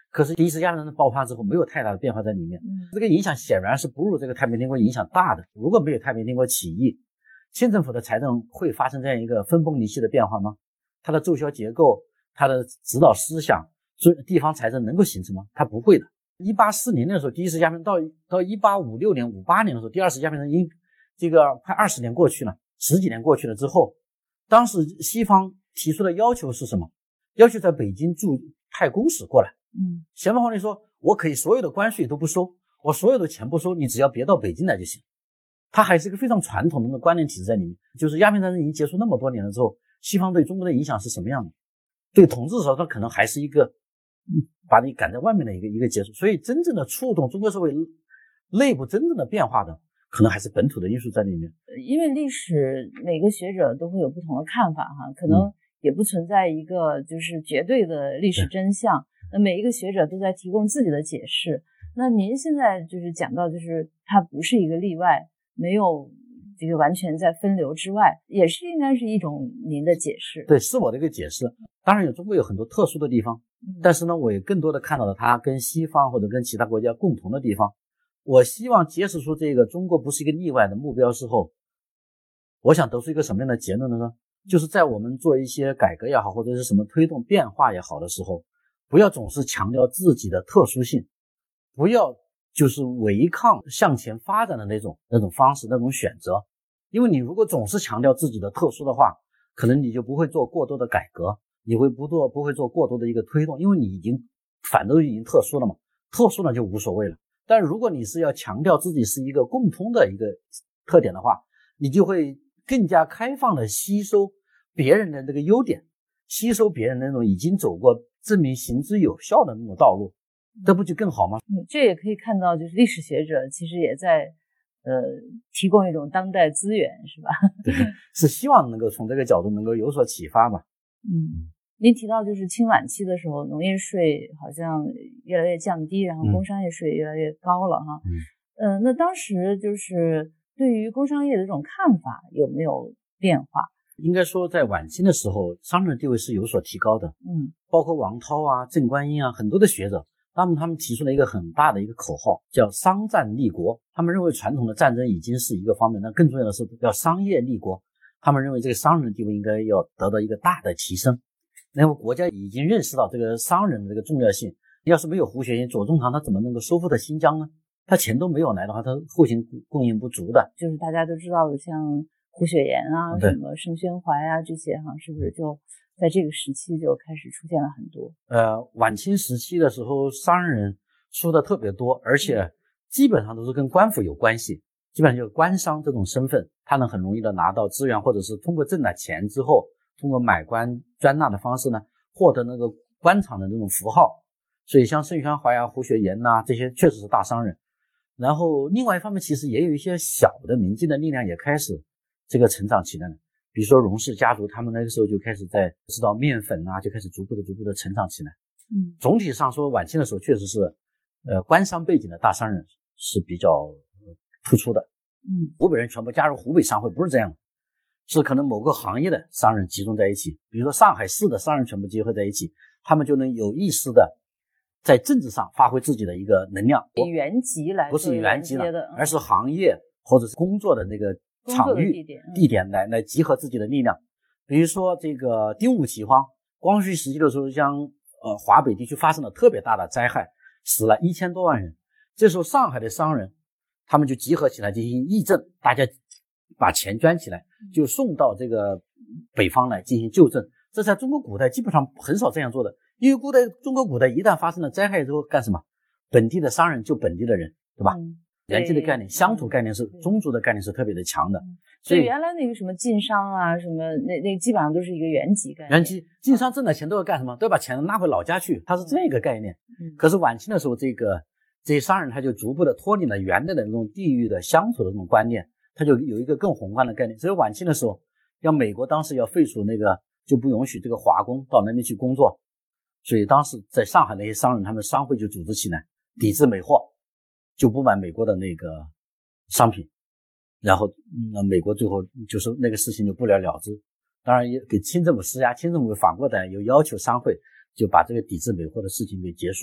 可是第一次鸦片战争爆发之后没有太大的变化在里面，这个影响显然是不如这个太平天国影响大的。如果没有太平天国起义，清政府的财政会发生这样一个分崩离析的变化吗？它的奏销结构，它的指导思想，地方财政能够形成吗？它不会的。1840年的时候第一次鸦片，到1856年58年的时候第二次鸦片战争，这个快20年过去了，10几年过去了之后，当时西方提出的要求是什么？要求在北京派公使过来。咸丰皇帝说，我可以所有的关税都不收，我所有的钱不收，你只要别到北京来就行。他还是一个非常传统的那个观念体制在里面，就是鸦片战争已经结束那么多年了之后，西方对中国的影响是什么样的？对统治的时候，它可能还是一个把你赶在外面的一个结束。所以真正的触动中国社会内部真正的变化的，可能还是本土的因素在里面。 因为历史每个学者都会有不同的看法哈，可能也不存在一个就是绝对的历史真相。那每一个学者都在提供自己的解释。那您现在就是讲到，就是它不是一个例外，没有这个完全在分流之外，也是应该是一种您的解释。 对，是我的一个解释。当然中国有很多特殊的地方，但是呢，我也更多的看到了它跟西方或者跟其他国家共同的地方。我希望揭示出这个中国不是一个例外的目标之后，我想得出一个什么样的结论呢？就是在我们做一些改革也好，或者是什么推动变化也好的时候，不要总是强调自己的特殊性，不要就是违抗向前发展的那种方式，那种选择。因为你如果总是强调自己的特殊的话，可能你就不会做过多的改革，你会不会做过多的一个推动，因为你已经特殊了嘛，特殊了就无所谓了。但如果你是要强调自己是一个共通的一个特点的话，你就会更加开放的吸收别人的这个优点，吸收别人的那种已经走过证明行之有效的那种道路，这不就更好吗？ 这也可以看到，就是历史学者其实也在提供一种当代资源，是吧？ 对，是希望能够从这个角度能够有所启发吧。 您提到就是清晚期的时候，农业税好像越来越降低，然后工商业税越来越高了哈。那当时就是对于工商业的这种看法有没有变化？ 应该说在晚清的时候，商人的地位是有所提高的。包括王涛啊、郑观应啊，很多的学者，他们提出了一个很大的一个口号，叫商战立国。他们认为传统的战争已经是一个方面，那更重要的是要商业立国。他们认为这个商人的地位应该要得到一个大的提升。然后国家已经认识到这个商人的这个重要性，要是没有胡雪岩、左宗棠，他怎么能够收复的新疆呢？他钱都没有来的话，他后勤供应不足的。 就是大家都知道的，像胡雪岩啊、什么盛宣怀啊这些哈，是不是就在这个时期就开始出现了很多？ 晚清时期的时候，商人出的特别多，而且基本上都是跟官府有关系，基本上就是官商这种身份，他能很容易的拿到资源，或者是通过挣了钱之后，通过买官专纳的方式呢，获得那个官场的那种符号。所以像盛宣怀啊、胡雪岩啊这些确实是大商人。然后另外一方面，其实也有一些小的民间的力量也开始这个成长起来了。比如说荣氏家族，他们那个时候就开始在制造面粉啊，就开始逐步的成长起来。总体上说，晚清的时候确实是官商背景的大商人是比较突出的。湖北人全部加入湖北商会不是这样的，是可能某个行业的商人集中在一起，比如说上海市的商人全部结合在一起，他们就能有意识的在政治上发挥自己的一个能量。 以原籍来， 不是以原籍的，而是行业或者是工作的那个场域地点来集合自己的力量。比如说这个丁戊起荒，光绪时期的时候，像华北地区发生了特别大的灾害，死了1000多万人。这时候上海的商人他们就集合起来进行义赈，大家把钱捐起来，就送到这个北方来进行救赈。这在中国古代基本上很少这样做的，因为中国古代一旦发生了灾害之后干什么？本地的商人救本地的人，对吧？原籍的概念、乡土概念是宗族的概念是特别的强的。 所以原来那个什么晋商啊，什么那基本上都是一个原籍概念。 原籍晋商挣了钱都要干什么？都要把钱拿回老家去，它是这样一个概念。可是晚清的时候，这些商人他就逐步的脱离了原来的那种地域的乡土的那种观念，他就有一个更宏观的概念。所以晚清的时候，美国当时要废除那个，就不允许这个华工到那边去工作，所以当时在上海那些商人，他们商会就组织起来抵制美货，就不买美国的那个商品，然后美国最后就是那个事情就不了了之。当然也给清政府施压，清政府反过来又要求商会就把这个抵制美货的事情给结束。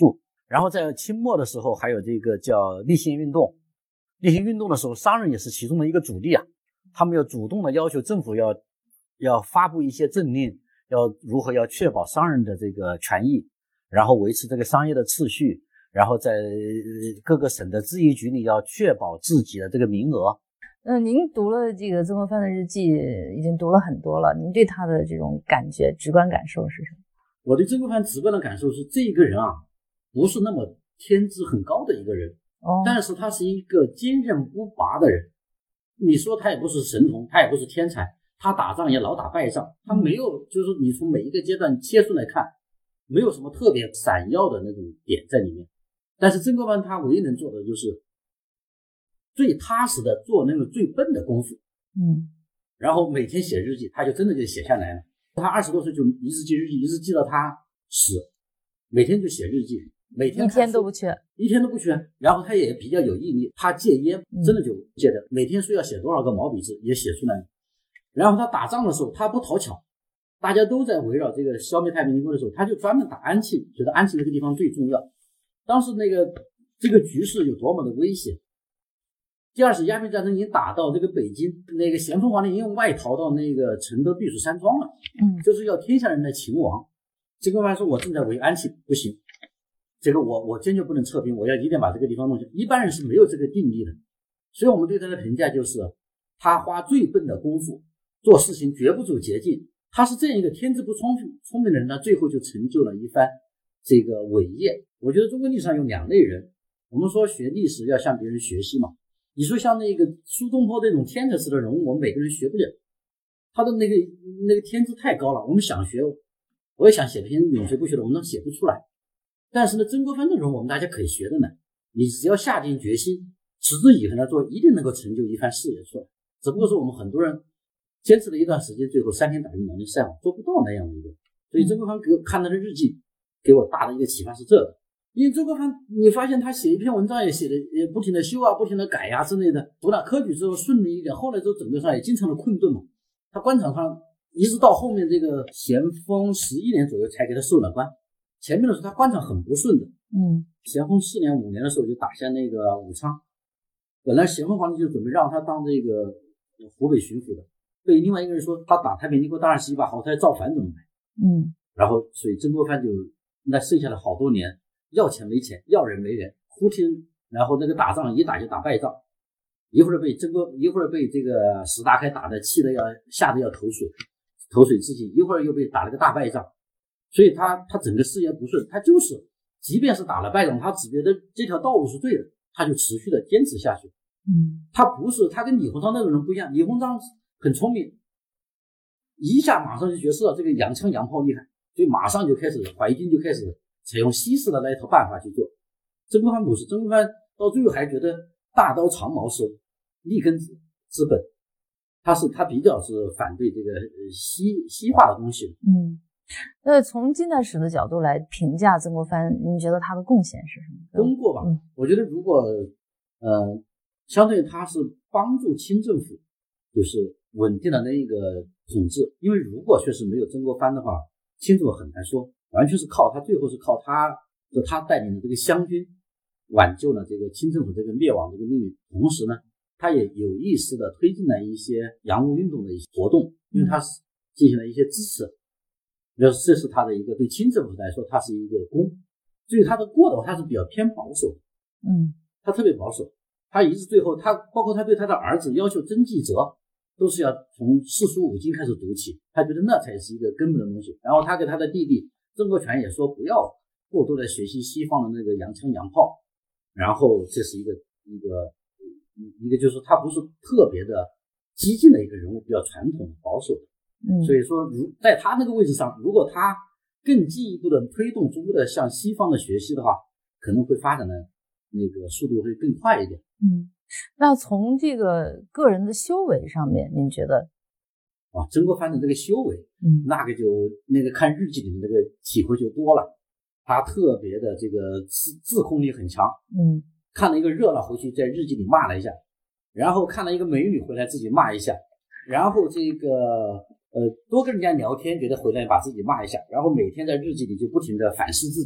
然后在清末的时候还有这个叫立宪运动，立宪运动的时候商人也是其中的一个主力啊，他们要主动的要求政府要发布一些政令，如何要确保商人的这个权益，然后维持这个商业的秩序，然后在各个省的制衣局里要确保自己的这个名额。 您读了这个曾国藩的日记，已经读了很多了，您对他的这种感觉、直观感受是什么？ 我对曾国藩直观的感受是，这个人啊，不是那么天资很高的一个人，但是他是一个坚韧不拔的人。你说他也不是神童，他也不是天才，他打仗也老打败仗，他没有，就是你从每一个阶段切出来看，没有什么特别闪耀的那种点在里面。但是曾国藩他唯一能做的就是最踏实的做那个最笨的功夫，然后每天写日记，他就真的就写下来了。他20多岁就一直记日记，一直记到他死，每天就写日记，每天一天都不缺， 一天都不缺。然后他也比较有毅力，他戒烟真的就戒的，每天说要写多少个毛笔字也写出来了。然后他打仗的时候他不讨巧，大家都在围绕这个消灭太平天国的时候，他就专门打安庆，觉得安庆这个地方最重要。当时这个局势有多么的危险。第二次鸦片战争已经打到这个北京，那个咸丰皇帝已经外逃到那个承德避暑山庄了，就是要天下人来勤王。曾国藩说我正在围安庆，不行，这个我坚决不能撤兵，我要一定把这个地方弄下。一般人是没有这个定力的，所以我们对他的评价就是他花最笨的功夫，做事情绝不走捷径。他是这样一个天资不聪明的人呢，最后就成就了一番这个伟业。我觉得中国历史上有两类人，我们说学历史要向别人学习嘛。你说像那个苏东坡这种天才式的人物，我们每个人学不了，他的那个天资太高了，我们想学，我也想写篇永学不学的，我们都写不出来。但是呢，曾国藩这种我们大家可以学的呢，你只要下定决心，持之以恒的做，一定能够成就一番事业出来。只不过是我们很多人坚持了一段时间，最后3天打鱼2天晒网，做不到那样的一个。所以曾国藩给我看他的日记，给我大的一个启发是这个。因为曾国藩，你发现他写一篇文章也不停的修啊，不停的改啊之类的，读了科举之后顺利一点，后来之后整个上也经常的困顿嘛。他官场上一直到后面这个咸丰11年左右才给他授了官，前面的时候他官场很不顺的。咸丰4年5年的时候就打下那个武昌，本来咸丰皇帝就准备让他当这个湖北巡抚的，被另外一个人说他打太平天国当然是一把好菜，造反怎么办？然后所以曾国藩就那剩下了好多年。要钱没钱，要人没人，忽听，然后那个打仗一打就打败仗，一会儿被这个石达开打的气的吓得要投水自尽，一会儿又被打了个大败仗，所以他整个事业不顺，他就是即便是打了败仗，他只觉得这条道路是对的，他就持续的坚持下去。他跟李鸿章那种人不一样，李鸿章很聪明，一下马上就觉知到这个洋枪洋炮厉害，所以马上就开始淮军就开始采用西式的那一套办法去做。曾国藩不是，曾国藩到最后还觉得大刀长矛是立根之本，他比较是反对这个西化的东西。 那从近代史的角度来评价曾国藩，您觉得他的贡献是什么？ 功过吧，我觉得如果相对他是帮助清政府就是稳定的那一个统治，因为如果确实没有曾国藩的话，清政府很难说，完全是靠他，最后是靠他带领的这个湘军挽救了这个清政府这个灭亡这个命运。同时呢，他也有意识的推进了一些洋务运动的一些活动，因为他进行了一些支持，这是他的一个对清政府来说，他是一个功。至于他的过的话，他是比较偏保守，他特别保守，他一直最后包括他对他的儿子要求曾纪泽都是要从四书五经开始读起，他觉得那才是一个根本的东西。然后他给他的弟弟曾国荃也说不要过多的学习西方的那个洋枪洋炮，然后这是一个就是他不是特别的激进的一个人物，比较传统保守的。所以说在他那个位置上，如果他更进一步的推动中国的向西方的学习的话，可能会发展的那个速度会更快一点。 那从这个个人的修为上面，您觉得？ 曾国藩的这个修为，那个看日记里面那个体会就多了。他特别的这个自控力很强，看了一个热闹回去在日记里骂了一下，然后看了一个美女回来自己骂一下，然后这个多跟人家聊天觉得回来把自己骂一下，然后每天在日记里就不停的反思自己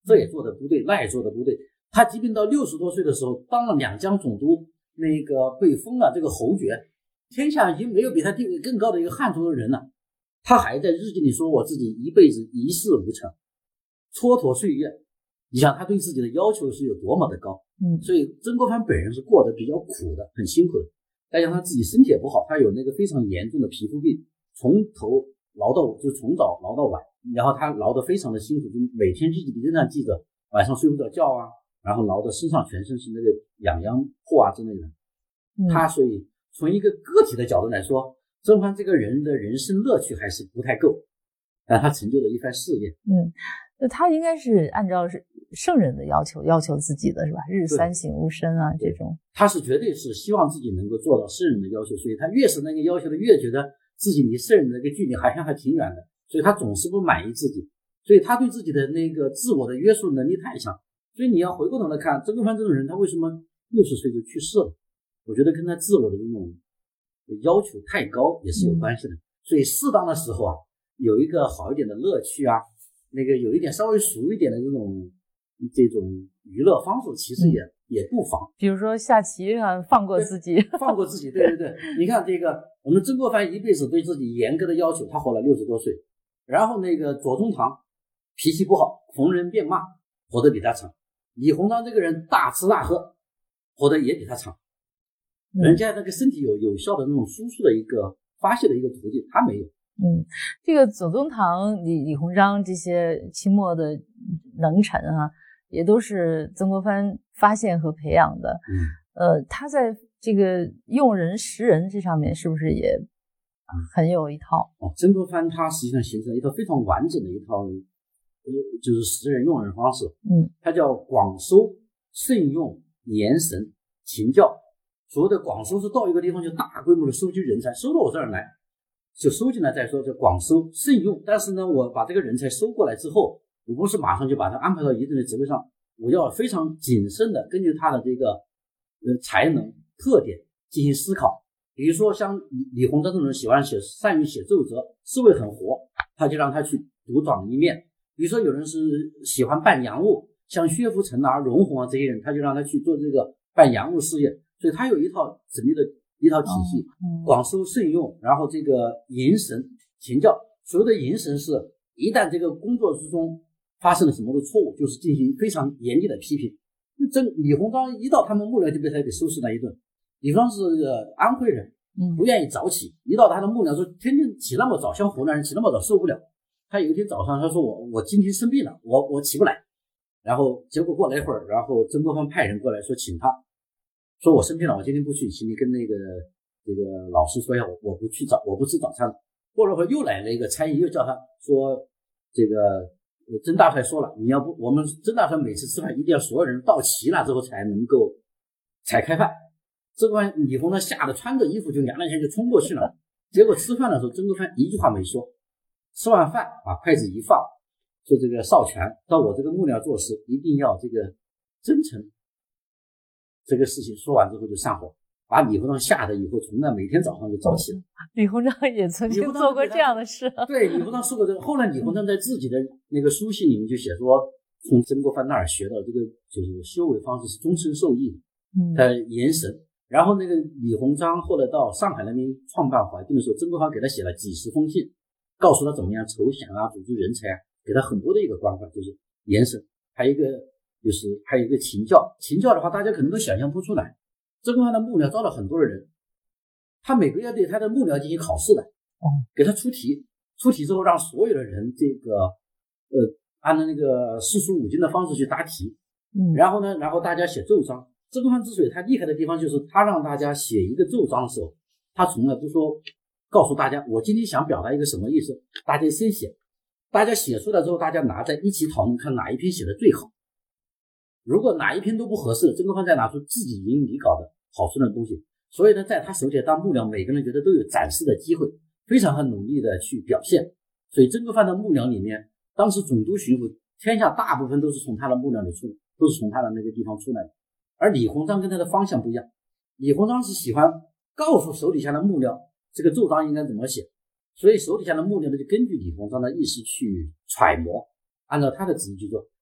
这也做的不对，那也做的不对。他即便到60多岁的时候，当了两江总督，那个被封了这个侯爵，天下已经没有比他地位更高的一个汉族的人了。他还在日记里说，我自己一辈子一事无成，蹉跎岁月。你想他对自己的要求是有多么的高。所以曾国藩本人是过得比较苦的，很辛苦的。再加上他自己身体也不好，他有那个非常严重的皮肤病，从头劳到就从早劳到晚，然后他劳得非常的辛苦，就每天日记里经常记着晚上睡不着觉啊，然后劳得身上全身是那个痒痒破啊之类的。他所以从一个个体的角度来说，曾国藩这个人的人生乐趣还是不太够，但他成就了一番事业。 那他应该是按照圣人的要求自己的是吧？日三省吾身啊，这种他是绝对是希望自己能够做到圣人的要求，所以他越是那个要求的越觉得自己离圣人的那个距离好像还挺远的，所以他总是不满意自己，所以他对自己的那个自我的约束能力太强。所以你要回过头来看曾国藩这种人，他为什么60岁就去世了？我觉得跟他自我的这种要求太高也是有关系的。所以适当的时候啊，有一个好一点的乐趣啊，那个有一点稍微俗一点的这种娱乐方式，其实也不妨。 比如说下棋啊，放过自己， 放过自己，对。你看这个，我们曾国藩一辈子对自己严格的要求，他活了60多岁。然后那个左宗棠脾气不好，逢人便骂，活得比他长。李鸿章这个人大吃大喝，活得也比他长。人家那个身体有效的那种输出的一个发泄的一个途径，他没有。 这个左宗棠、李鸿章这些清末的能臣啊，也都是曾国藩发现和培养的。他在这个用人识人这上面是不是也很有一套？ 曾国藩他实际上形成了一套非常完整的一套就是识人用人方式。他叫广收、慎用、严审、勤教。所谓的广收是到一个地方就大规模的收集人才，收到我这儿来就收进来再说，叫广收。慎用，但是呢，我把这个人才收过来之后，我不是马上就把他安排到一定的职位上，我要非常谨慎的根据他的这个才能特点进行思考。比如说像李鸿章这种人善于写奏折，思维很活，他就让他去独当一面。比如说有人是喜欢办洋务，像薛福成啊、荣闳啊这些人，他就让他去做这个办洋务事业。所以他有一套缜密的一套体系，广收慎用，然后这个严审勤教。所谓的严审是一旦这个工作之中发生了什么的错误，就是进行非常严厉的批评。李鸿章一到他们幕僚就被他给收拾了一顿。李鸿章是安徽人，不愿意早起，一到他的幕僚说天天起那么早，像湖南人起那么早受不了。他有一天早上他说我今天生病了，我起不来。然后结果过了一会儿，然后曾国藩派人过来说请他，说我生病了，我今天不去，请你跟这个老师说一下，我不吃早餐了。过了会儿又来了一个差役，又叫他说这个曾大帅说了，你要不我们曾大帅每次吃饭一定要所有人到齐了之后才开饭。曾国藩李鸿章吓得穿着衣服就2两下就冲过去了。结果吃饭的时候曾国藩一句话没说，吃完饭把筷子一放，说这个少荃到我这个幕僚做事一定要这个真诚。这个事情说完之后就上火，把李鸿章吓得以后从那每天早上就早起了。 李鸿章也曾经做过这样的事。 对，李鸿章说过这个。后来李鸿章在自己的那个书信里面就写说，从曾国藩那儿学到这个就是修为方式是终身受益的。严审。然后那个李鸿章后来到上海那边创办怀定的时候，曾国藩给他写了几十封信，告诉他怎么样筹饷啊、组织人才啊，给他很多的一个关怀，就是严审。还有一个勤教。勤教的话大家可能都想象不出来，曾国藩的幕僚招了很多的人，他每个月对他的幕僚进行考试的，给他出题之后让所有的人这个按照那个四书五经的方式去答题。然后大家写奏章。曾国藩之所以他厉害的地方，就是他让大家写一个奏章的时候，他从来不说告诉大家我今天想表达一个什么意思，大家先写，大家写出来之后大家拿在一起讨论，看哪一篇写的最好。如果哪一篇都不合适，曾国藩再拿出自己引拟稿的好出的东西。所以呢，在他手底下当幕僚，每个人觉得都有展示的机会，非常很努力的去表现。所以曾国藩的幕僚里面，当时总督巡抚天下大部分都是从他的幕僚里出，都是从他的那个地方出来的。而李鸿章跟他的方向不一样，李鸿章是喜欢告诉手底下的幕僚这个奏章应该怎么写，所以手底下的幕僚呢就根据李鸿章的意思去揣摩，按照他的旨意去做。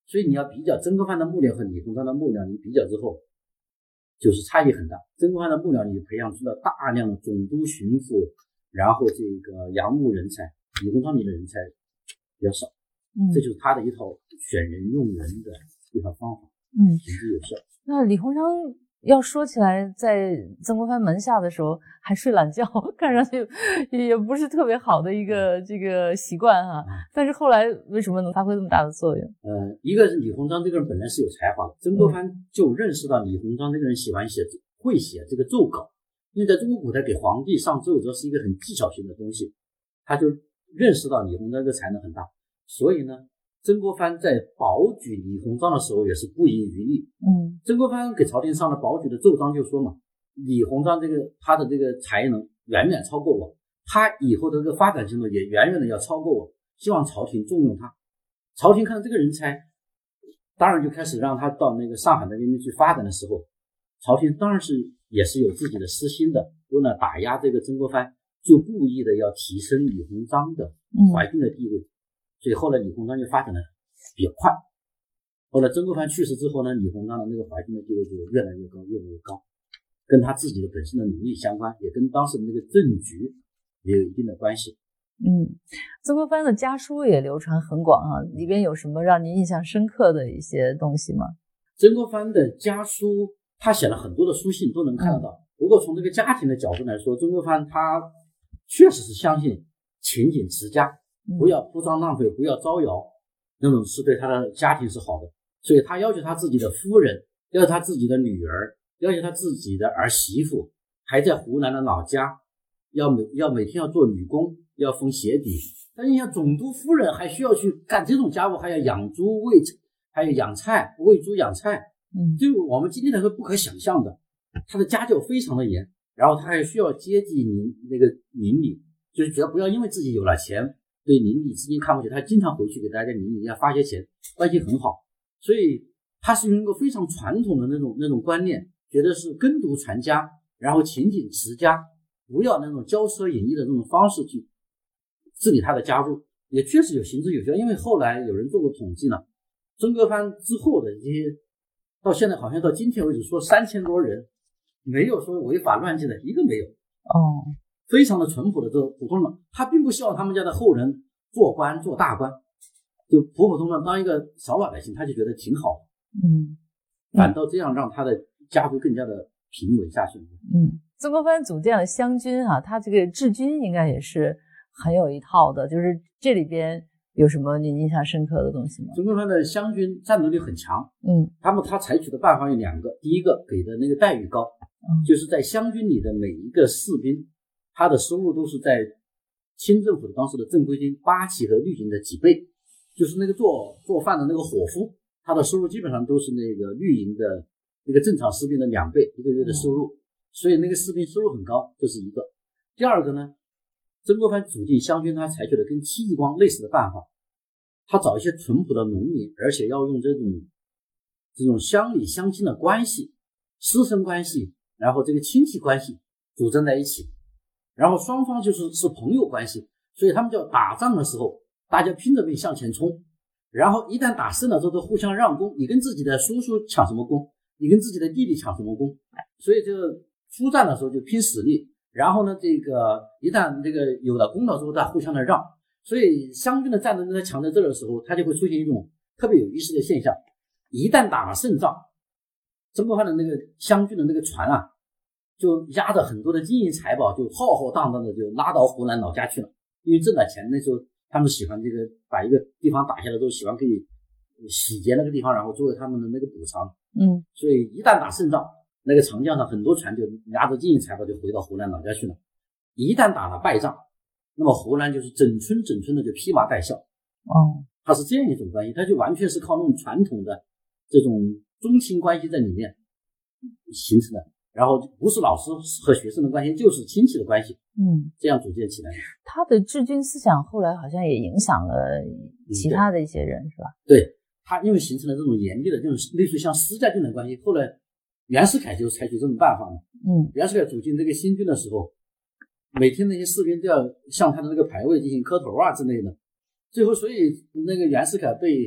所以你要比较曾国藩的幕僚和李鸿章的幕僚，你比较之后就是差异很大。曾国藩的幕僚你培养出了大量的总督巡抚，然后这个洋务人才，李鸿章里的人才比较少，这就是他的一套选人用人的一套方法，行之有效。 那李鸿章要说起来，在曾国藩门下的时候还睡懒觉，看上去也不是特别好的一个这个习惯哈。但是后来为什么能发挥这么大的作用？ 一个是李鸿章这个人本来是有才华的，曾国藩就认识到李鸿章这个人喜欢会写这个奏稿，因为在中国古代给皇帝上奏折是一个很技巧性的东西，他就认识到李鸿章这个才能很大，所以呢，曾国藩在保举李鸿章的时候也是不遗余力。曾国藩给朝廷上的保举的奏章就说嘛，李鸿章他的这个才能远远超过我，他以后的这个发展程度也远远的要超过我，希望朝廷重用他。朝廷看到这个人才，当然就开始让他到那个上海那边去发展的时候，朝廷当然也是有自己的私心的，为了打压这个曾国藩，就故意的要提升李鸿章的淮郡的地位，所以后来李鸿章就发展的比较快。后来曾国藩去世之后呢，李鸿章的那个淮郡的地位就越来越高，越来越高，跟他自己的本身的能力相关，也跟当时的那个政局也有一定的关系。 曾国藩的家书也流传很广啊，里边有什么让您印象深刻的一些东西吗？ 曾国藩的家书，他写了很多的书信都能看得到。如果从这个家庭的角度来说，曾国藩他确实是相信勤俭持家，不要铺张浪费，不要招摇，那种是对他的家庭是好的。所以他要求他自己的夫人，要求他自己的女儿，要求他自己的儿媳妇，还在湖南的老家，要每天要做女工，要封鞋底。但你想总督夫人还需要去干这种家务，还要养猪喂，还有养菜，喂猪养菜，就我们今天来说不可想象的。他的家教非常的严，然后他还需要接济邻里，就是只要不要因为自己有了钱对邻里之间看不起，他经常回去给大家邻里要发些钱，关系很好。所以他是用一个非常传统的那种观念，觉得是耕读传家，然后勤俭持家，不要那种骄奢淫逸的这种方式去治理他的家务，也确实有行之有效。因为后来有人做过统计呢，曾国藩之后的这些，到现在好像到今天为止说3000多人，没有说违法乱纪的一个没有。非常的淳朴的这个普通人，他并不希望他们家的后人做官做大官，就普普通通当一个小老百姓，他就觉得挺好的。反倒这样让他的家族更加的平稳下去。 曾国藩组建了湘军啊，他这个治军应该也是很有一套的，就是这里边有什么您印象深刻的东西吗？ 曾国藩的湘军战斗力很强，他采取的办法有2个，第一个给的那个待遇高，就是在湘军里的每一个士兵，他的收入都是在清政府的当时的正规军8旗和绿军的几倍，就是那个做饭的那个伙夫，他的收入基本上都是那个绿营的那个正常士兵的2倍一个月的收入，所以那个士兵收入很高，这是一个。第二个呢，曾国藩组建湘军，他采取了跟戚继光类似的办法，他找一些淳朴的农民，而且要用这种乡里乡亲的关系，师生关系，然后这个亲戚关系组织在一起，然后双方是朋友关系，所以他们叫打仗的时候大家拼着命向前冲，然后一旦打胜了之后都互相让功，你跟自己的叔叔抢什么功，你跟自己的弟弟抢什么功，所以这个出战的时候就拼实力，然后呢这个一旦这个有了功劳之后再互相的让。所以湘军的战斗力强在这儿的时候，它就会出现一种特别有意思的现象，一旦打了胜仗，曾国藩的那个湘军的那个船啊，就押着很多的金银财宝，就浩浩荡荡的就拉到湖南老家去了。因为挣了钱，那时候他们喜欢这个把一个地方打下来之后，喜欢可以洗劫那个地方，然后作为他们的那个补偿。所以一旦打胜仗，那个长江上很多船就押着金银财宝就回到湖南老家去了。一旦打了败仗，那么湖南就是整村的就披麻戴孝。它是这样一种关系，它就完全是靠那种传统的这种宗亲关系在里面形成的，然后不是老师和学生的关系，就是亲戚的关系。这样组建起来。 他的治军思想后来好像也影响了其他的一些人，是吧？ 对，他因为形成了这种严厉的这种类似像私家军的关系，后来袁世凯就采取这种办法嘛。袁世凯组建这个新军的时候，每天那些士兵都要向他的那个牌位进行磕头啊之类的。最后，所以那个袁世凯被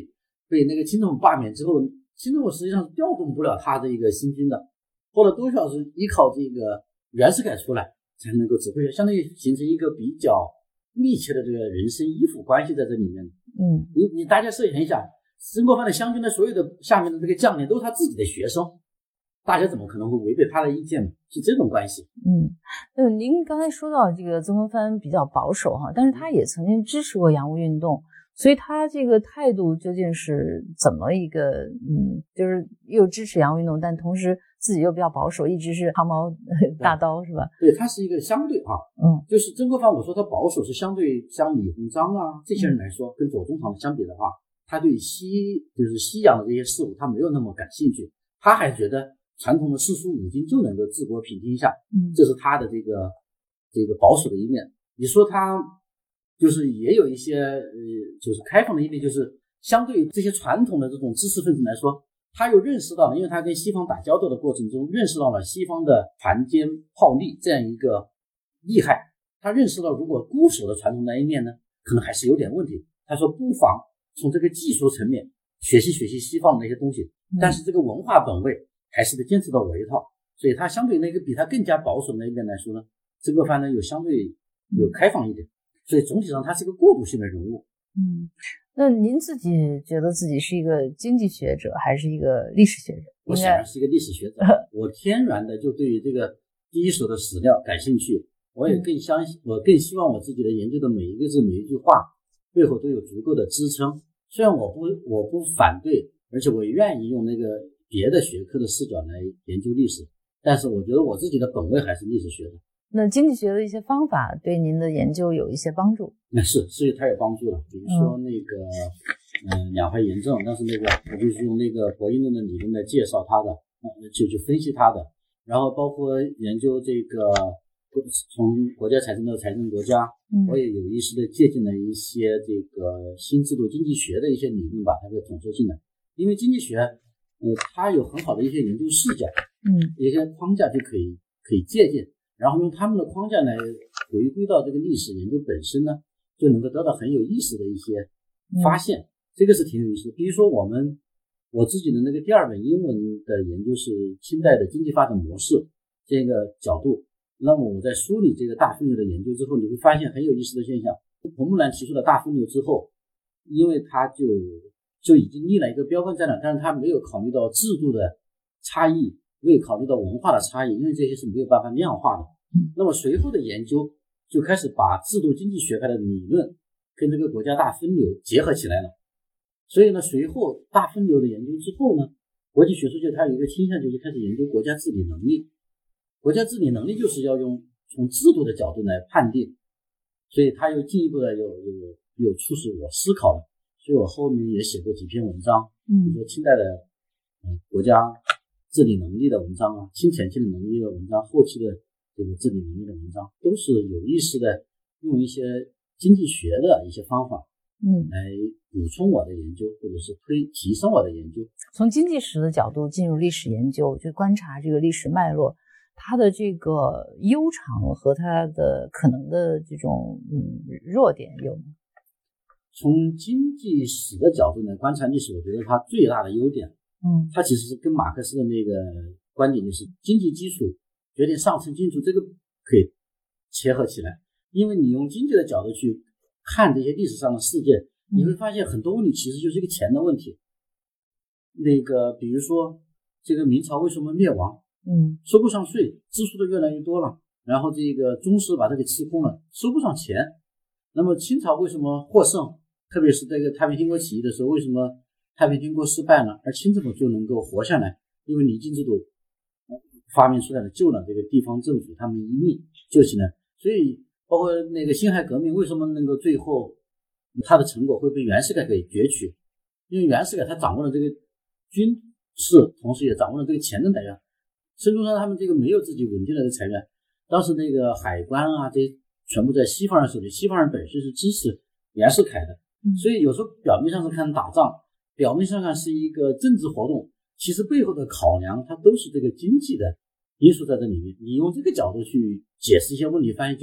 被那个清政府罢免之后，清政府实际上是调动不了他的一个新军的，后来都需要是依靠这个袁世凯出来才能够指挥，相当于形成一个比较密切的这个人身依附关系在这里面。你大家设想一下，曾国藩的湘军的所有的下面的这个将领都是他自己的学生，大家怎么可能会违背他的意见呢？是这种关系。 您刚才说到这个曾国藩比较保守哈，但是他也曾经支持过洋务运动，所以他这个态度究竟是怎么一个就是又支持洋务运动，但同时自己又比较保守，一直是长矛大刀是吧？ 对，他是一个相对就是曾国藩，我说他保守是相对像李鸿章啊这些人来说，跟左宗棠相比的话，他对西洋的这些事物他没有那么感兴趣，他还觉得传统的四书五经就能够治国平天下，这是他的这个保守的一面。你说他就是也有一些就是开放的一面，就是相对这些传统的这种知识分子来说，他又认识到了，因为他跟西方打交道的过程中认识到了西方的船坚炮利这样一个厉害，他认识到如果固守的传统那一面呢，可能还是有点问题。他说不妨从这个技术层面学习西方的那些东西，但是这个文化本位还是得坚持到我一套。所以他相对那个比他更加保守的那一边来说呢，曾国藩呢有相对有开放一点，所以总体上他是个过渡性的人物。 那您自己觉得自己是一个经济学者还是一个历史学者？ 我显然是一个历史学者，我天然的就对于这个第一手的史料感兴趣，我也更希望我自己的研究的每一个字每一句话背后都有足够的支撑。虽然我不反对，而且我也愿意用那个别的学科的视角来研究历史，但是我觉得我自己的本位还是历史学的。 那经济学的一些方法对您的研究有一些帮助？ 是它有帮助了。比如说那个两会验证，但是那个我就是用那个博弈论的理论来介绍它的，就分析它的，然后包括研究这个从国家财政到财政国家，我也有意识的借鉴了一些这个新制度经济学的一些理论，把它给统筹进来。因为经济学它有很好的一些研究视角，一些框架就可以借鉴，然后用他们的框架来回归到这个历史研究本身呢，就能够得到很有意思的一些发现，这个是挺有意思的。比如说我自己的那个第二本英文的研究是清代的经济发展模式这个角度，那么我在梳理这个大分流的研究之后，你会发现很有意思的现象。彭木兰提出了大分流之后，因为他就已经立了一个标杆在那，但是他没有考虑到制度的差异，没有考虑到文化的差异，因为这些是没有办法量化的。那么随后的研究就开始把制度经济学派的理论跟这个国家大分流结合起来了。所以呢，随后大分流的研究之后呢，国际学术界它有一个倾向，就是开始研究国家治理能力。国家治理能力就是要用从制度的角度来判定，所以它又进一步的有促使我思考了。所以我后面也写过几篇文章，比如说清代的国家治理能力的文章啊，清前期的能力的文章，后期的这个治理能力的文章，都是有意识的用一些经济学的一些方法来补充我的研究，或者是提升我的研究。 从经济史的角度进入历史研究，就观察这个历史脉络，它的这个悠长和它的可能的这种弱点有吗？ 从经济史的角度来观察历史，我觉得它最大的优点，它其实是跟马克思的那个观点，就是经济基础决定上层建筑，这个可以切合起来。因为你用经济的角度去看这些历史上的事件，你会发现很多问题其实就是一个钱的问题。那个比如说这个明朝为什么灭亡？收不上税，支出的越来越多了，然后这个宗室把它给吃空了，收不上钱。那么清朝为什么获胜？特别是这个太平天国起义的时候，为什么太平天国失败了，而清政府就能够活下来？因为李靖制度发明出来了，救了这个地方政府，他们一命救起来。所以包括那个辛亥革命为什么能够最后它的成果会被袁世凯给攫取？因为袁世凯他掌握了这个军事，同时也掌握了这个钱的来源。孙中山他们这个没有自己稳定的财源，当时那个海关啊，这全部在西方人手里，西方人本身是支持袁世凯的，所以有时候表面上是看打仗，表面上看是一个政治活动，其实背后的考量它都是这个经济的因素在这里面。你用这个角度去解释一些问题，发现就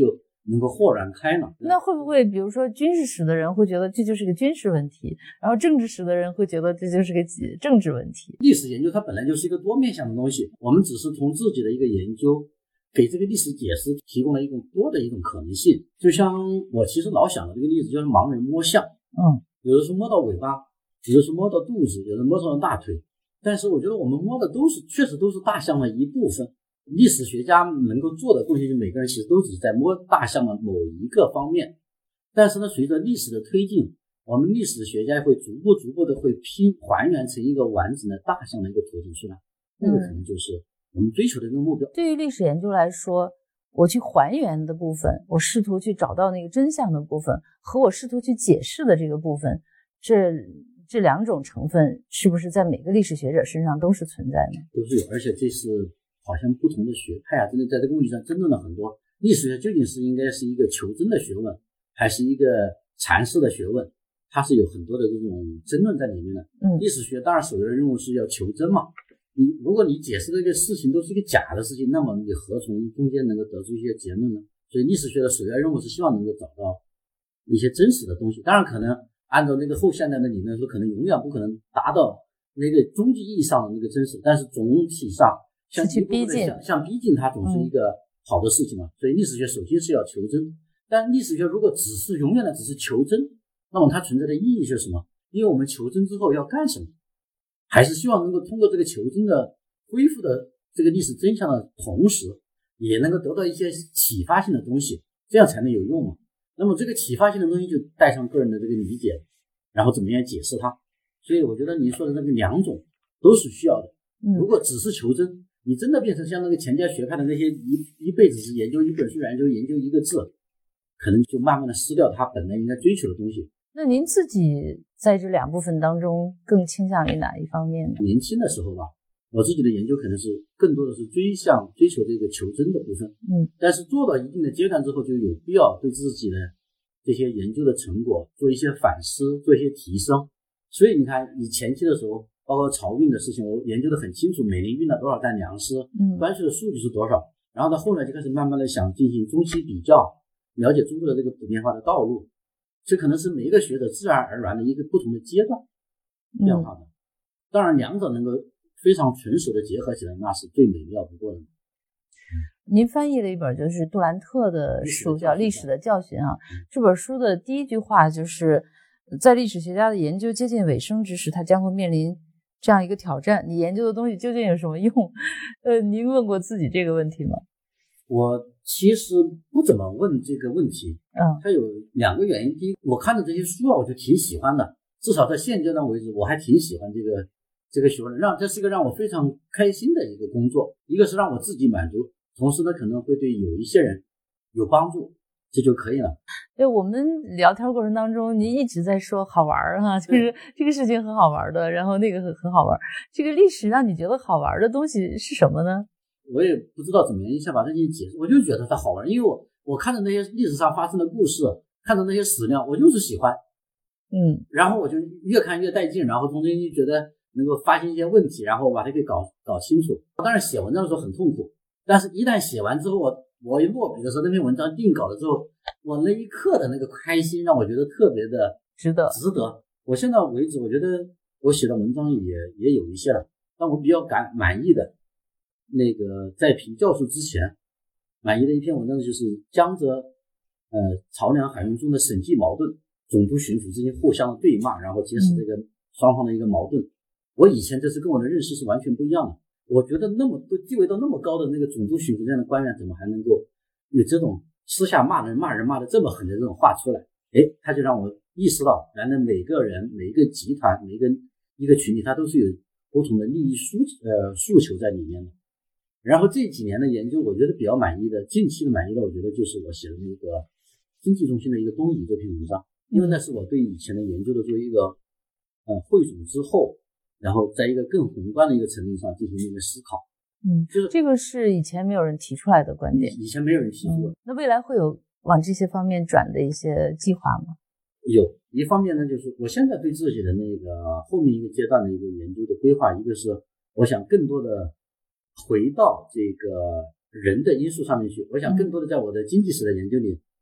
能够豁然开朗。 那会不会比如说军事史的人会觉得这就是个军事问题，然后政治史的人会觉得这就是个政治问题？ 历史研究它本来就是一个多面向的东西，我们只是从自己的一个研究给这个历史解释提供了一种多的一种可能性。就像我其实老想的这个例子，就是盲人摸象，有的是摸到尾巴，有的是摸到肚子，有的摸到大腿，但是我觉得我们摸的确实都是大象的一部分。历史学家能够做的贡献，就每个人其实都只是在摸大象的某一个方面，但是呢，随着历史的推进，我们历史学家会逐步的会还原成一个完整的大象的一个图形出来，那个可能就是我们追求的一个目标。 对于历史研究来说，我去还原的部分，我试图去找到那个真相的部分，和我试图去解释的这个部分，这两种成分是不是在每个历史学者身上都是存在的？ 都是有，而且这是好像不同的学派啊，真的在这个问题上争论了很多。历史学究竟是应该是一个求真的学问，还是一个阐释的学问？它是有很多的这种争论在里面的。历史学当然首要的任务是要求真嘛。如果你解释这个事情都是一个假的事情，那么你何从中间能够得出一些结论呢？所以历史学的首要任务是希望能够找到一些真实的东西。当然可能按照那个后现代的理论说，可能永远不可能达到那个终极意义上的那个真实，但是总体上向逼近它总是一个好的事情嘛。所以历史学首先是要求真，但历史学如果永远的只是求真，那么它存在的意义是什么？因为我们求真之后要干什么？还是希望能够通过这个求真的恢复的这个历史真相的同时，也能够得到一些启发性的东西，这样才能有用嘛。那么这个启发性的东西就带上个人的这个理解，然后怎么样解释它。所以我觉得您说的那个两种都是需要的。如果只是求真，你真的变成像那个钱家学派的那些一辈子是研究一本书，研究一个字，可能就慢慢的失掉他本来应该追求的东西。 那您自己在这两部分当中更倾向于哪一方面呢？ 年轻的时候吧，我自己的研究可能是更多的是追求这个求真的部分。但是做到一定的阶段之后，就有必要对自己的这些研究的成果做一些反思，做一些提升。所以你看，你前期的时候，包括漕运的事情，我研究得很清楚，每年运了多少担粮食，关税的数据是多少。然后到后来就开始慢慢的想进行中期比较，了解中国的这个普遍化的道路。这可能是每一个学者自然而然的一个不同的阶段变化的。当然两者能够非常纯熟的结合起来，那是最美妙不过的。 您翻译了一本就是杜兰特的书，叫《历史的教训》啊。这本书的第一句话就是在历史学家的研究接近尾声之时，他将会面临这样一个挑战：你研究的东西究竟有什么用？您问过自己这个问题吗？ 我其实不怎么问这个问题。它有两个原因。第一，我看的这些书啊，我就挺喜欢的，至少在现阶段为止，我还挺喜欢这个学问，这是一个让我非常开心的一个工作。一个是让我自己满足，同时呢，可能会对有一些人有帮助，这就可以了。 对，我们聊天过程当中，您一直在说好玩哈，就是这个事情很好玩的，然后那个很好玩。这个历史让你觉得好玩的东西是什么呢？ 我也不知道怎么样一下把这些解释，我就觉得它好玩，因为我看的那些历史上发生的故事，看的那些史料，我就是喜欢。然后我就越看越带劲，然后中间就觉得能够发现一些问题，然后把它给搞清楚。当然写文章的时候很痛苦，但是一旦写完之后，我一落笔的时候，那篇文章定稿了之后，我那一刻的那个开心让我觉得特别的值得。我现在为止，我觉得我写的文章也有一些了，但我比较满意的那个在评教书之前满意的一篇文章就是江浙漕粮海运中的审计矛盾，总督巡抚之间互相的对骂，然后揭示这个双方的一个矛盾。我以前这是跟我的认识是完全不一样的。我觉得那么地位到那么高的那个总督巡抚这样的官员，怎么还能够有这种私下骂人骂的这么狠的这种话出来？他就让我意识到，原来每个人、每一个集团、每一个群体，它都是有不同的利益诉求在里面的。然后这几年的研究，我觉得比较满意的，近期的满意的，我觉得就是我写的那个经济中心的一个东移这篇文章，因为那是我对以前的研究的做一个汇总之后，然后在一个更宏观的一个层面上进行一个思考。 就是这个是以前没有人提出来的观点， 以前没有人提出。 那未来会有往这些方面转的一些计划吗？ 有，一方面呢，就是我现在对自己的那个后面一个阶段的一个研究的规划，一个是我想更多的回到这个人的因素上面去，我想更多的在我的经济史的研究里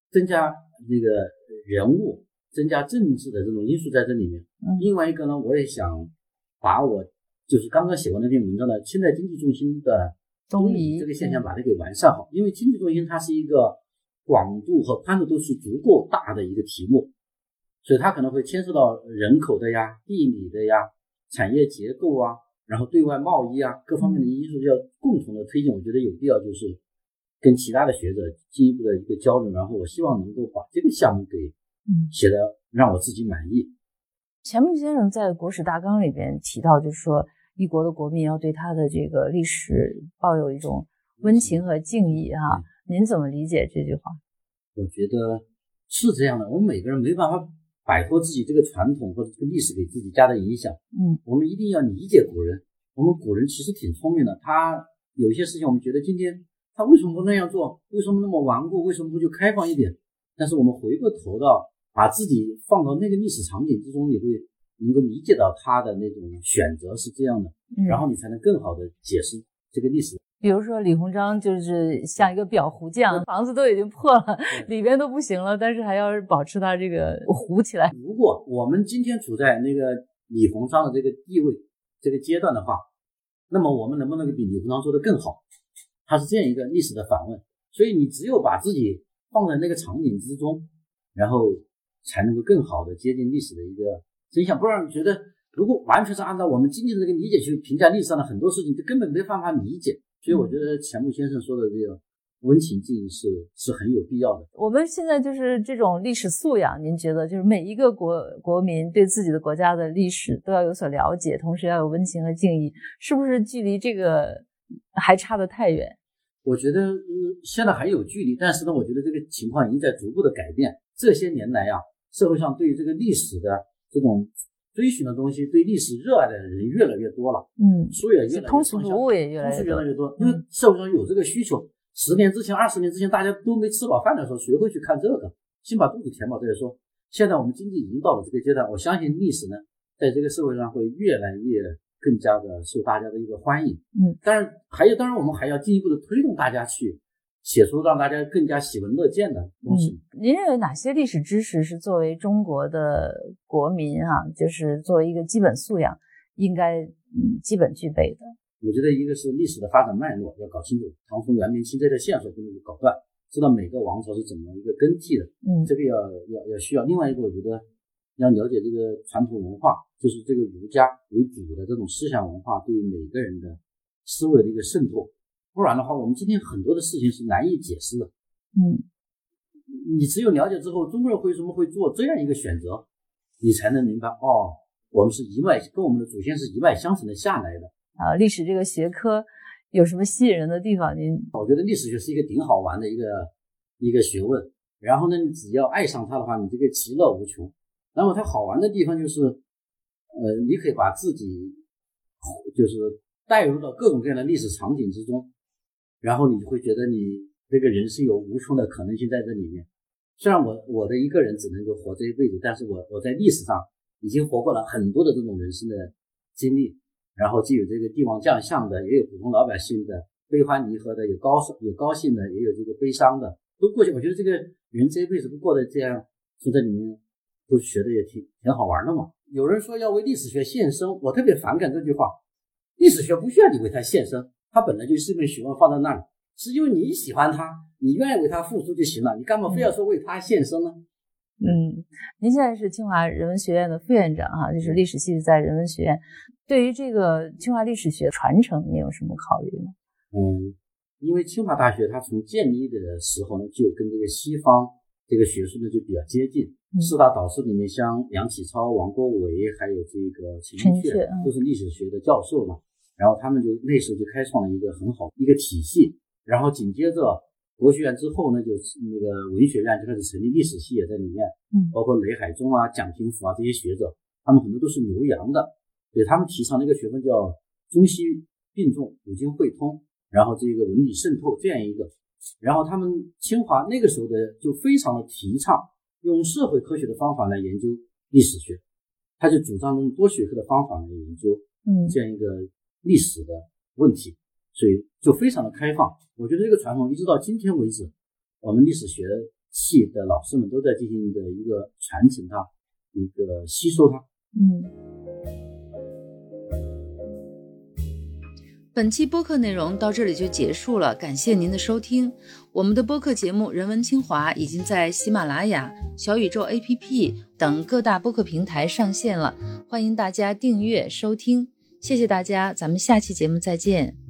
增加这个人物、增加政治的这种因素在这里面。另外一个呢，我也想把我就是刚刚写过那篇文章的现代经济重心的东移这个现象把它给完善好。因为经济重心它是一个广度和宽度都是足够大的一个题目，所以它可能会牵涉到人口的呀、地理的呀、产业结构啊，然后对外贸易啊各方面的因素要共同的推进。我觉得有必要就是跟其他的学者进一步的一个交流，然后我希望能够把这个项目给写得让我自己满意。 钱穆先生在国史大纲里边提到，就是说一国的国民要对他的这个历史抱有一种温情和敬意哈。您怎么理解这句话？ 我觉得是这样的，我们每个人没办法摆脱自己这个传统或者这个历史给自己家的影响。我们一定要理解古人。我们古人其实挺聪明的，他有一些事情我们觉得今天他为什么不那样做，为什么那么顽固，为什么不就开放一点？但是我们回过头到把自己放到那个历史场景之中，你会能够理解到他的那种选择是这样的，然后你才能更好的解释这个历史。 比如说李鸿章就是像一个裱糊匠，房子都已经破了，里边都不行了，但是还要保持它这个糊起来。 如果我们今天处在那个李鸿章的这个地位这个阶段的话，那么我们能不能比李鸿章做得更好？它是这样一个历史的反问。所以你只有把自己放在那个场景之中，然后才能够更好的接近历史的一个真相。不然你觉得如果完全是按照我们今天的这个理解去评价历史上的很多事情，就根本没办法理解。所以我觉得钱穆先生说的这个温情敬意是很有必要的。 我们现在就是这种历史素养，您觉得就是每一个国民对自己的国家的历史都要有所了解，同时要有温情和敬意，是不是距离这个还差得太远？ 我觉得现在还有距离，但是呢，我觉得这个情况已经在逐步的改变。这些年来啊，社会上对于这个历史的这种追寻的东西，对历史热爱的人越来越多了。书也越来越多， 通俗读物也越来越多，因为社会上有这个需求。10年之前、20年之前，大家都没吃饱饭的时候，谁会去看这个？先把肚子填饱再说。现在我们经济已经到了这个阶段，我相信历史呢，在这个社会上会越来越更加的受大家的一个欢迎。当然我们还要进一步的推动大家去写出让大家更加喜闻乐见的东西。 您认为哪些历史知识是作为中国的国民就是作为一个基本素养应该基本具备的？ 我觉得一个是历史的发展脉络要搞清楚，唐宋元明清这条线索不能搞断，知道每个王朝是怎么一个更替的。这个要需要。另外一个我觉得要了解这个传统文化，就是这个儒家为主的这种思想文化对于每个人的思维的一个渗透。不然的话，我们今天很多的事情是难以解释的。你只有了解之后，中国人为什么会做这样一个选择，你才能明白我们是跟我们的祖先是一脉相承的下来的。 历史这个学科有什么吸引人的地方？ 我觉得历史学是一个挺好玩的一个学问。然后呢，你只要爱上它的话，你这个其乐无穷。那么它好玩的地方就是，你可以把自己就是带入到各种各样的历史场景之中，然后你会觉得你这个人生有无穷的可能性在这里面。虽然我的一个人只能够活这一辈子，但是我在历史上已经活过了很多的这种人生的经历。然后既有这个帝王将相的，也有普通老百姓的，悲欢离合的，有高兴的，也有这个悲伤的，都过去。我觉得这个人这一辈子不过得这样，从这里面都学的也挺好玩的嘛。有人说要为历史学献身，我特别反感这句话。历史学不需要你为它献身，它本来就是一门学问放在那里，是因为你喜欢它，你愿意为它付出就行了，你干嘛非要说为它献身呢？ 您现在是清华人文学院的副院长就是历史系是在人文学院。对于这个清华历史学传承，你有什么考虑吗？ 因为清华大学它从建立的时候呢，就跟这个西方这个学术呢就比较接近。4大导师里面，像梁启超、王国维，还有这个陈寅恪，都是历史学的教授嘛。然后他们就那时候就开创了一个很好一个体系。然后紧接着国学院之后呢，就那个文学院就开始成立历史系也在里面，包括雷海中蒋廷甫这些学者，他们很多都是留洋的。对，他们提倡的一个学问叫中西并重、古今汇通，然后这个文理渗透这样一个。然后他们清华那个时候的就非常的提倡用社会科学的方法来研究历史学，他就主张用多学科的方法来研究这样一个历史的问题，所以就非常的开放。我觉得这个传统一直到今天为止，我们历史学系的老师们都在进行的一个传承它，一个吸收它。 本期播客内容到这里就结束了，感谢您的收听。我们的播客节目人文清华已经在喜马拉雅、小宇宙 APP 等各大播客平台上线了，欢迎大家订阅收听。谢谢大家，咱们下期节目再见。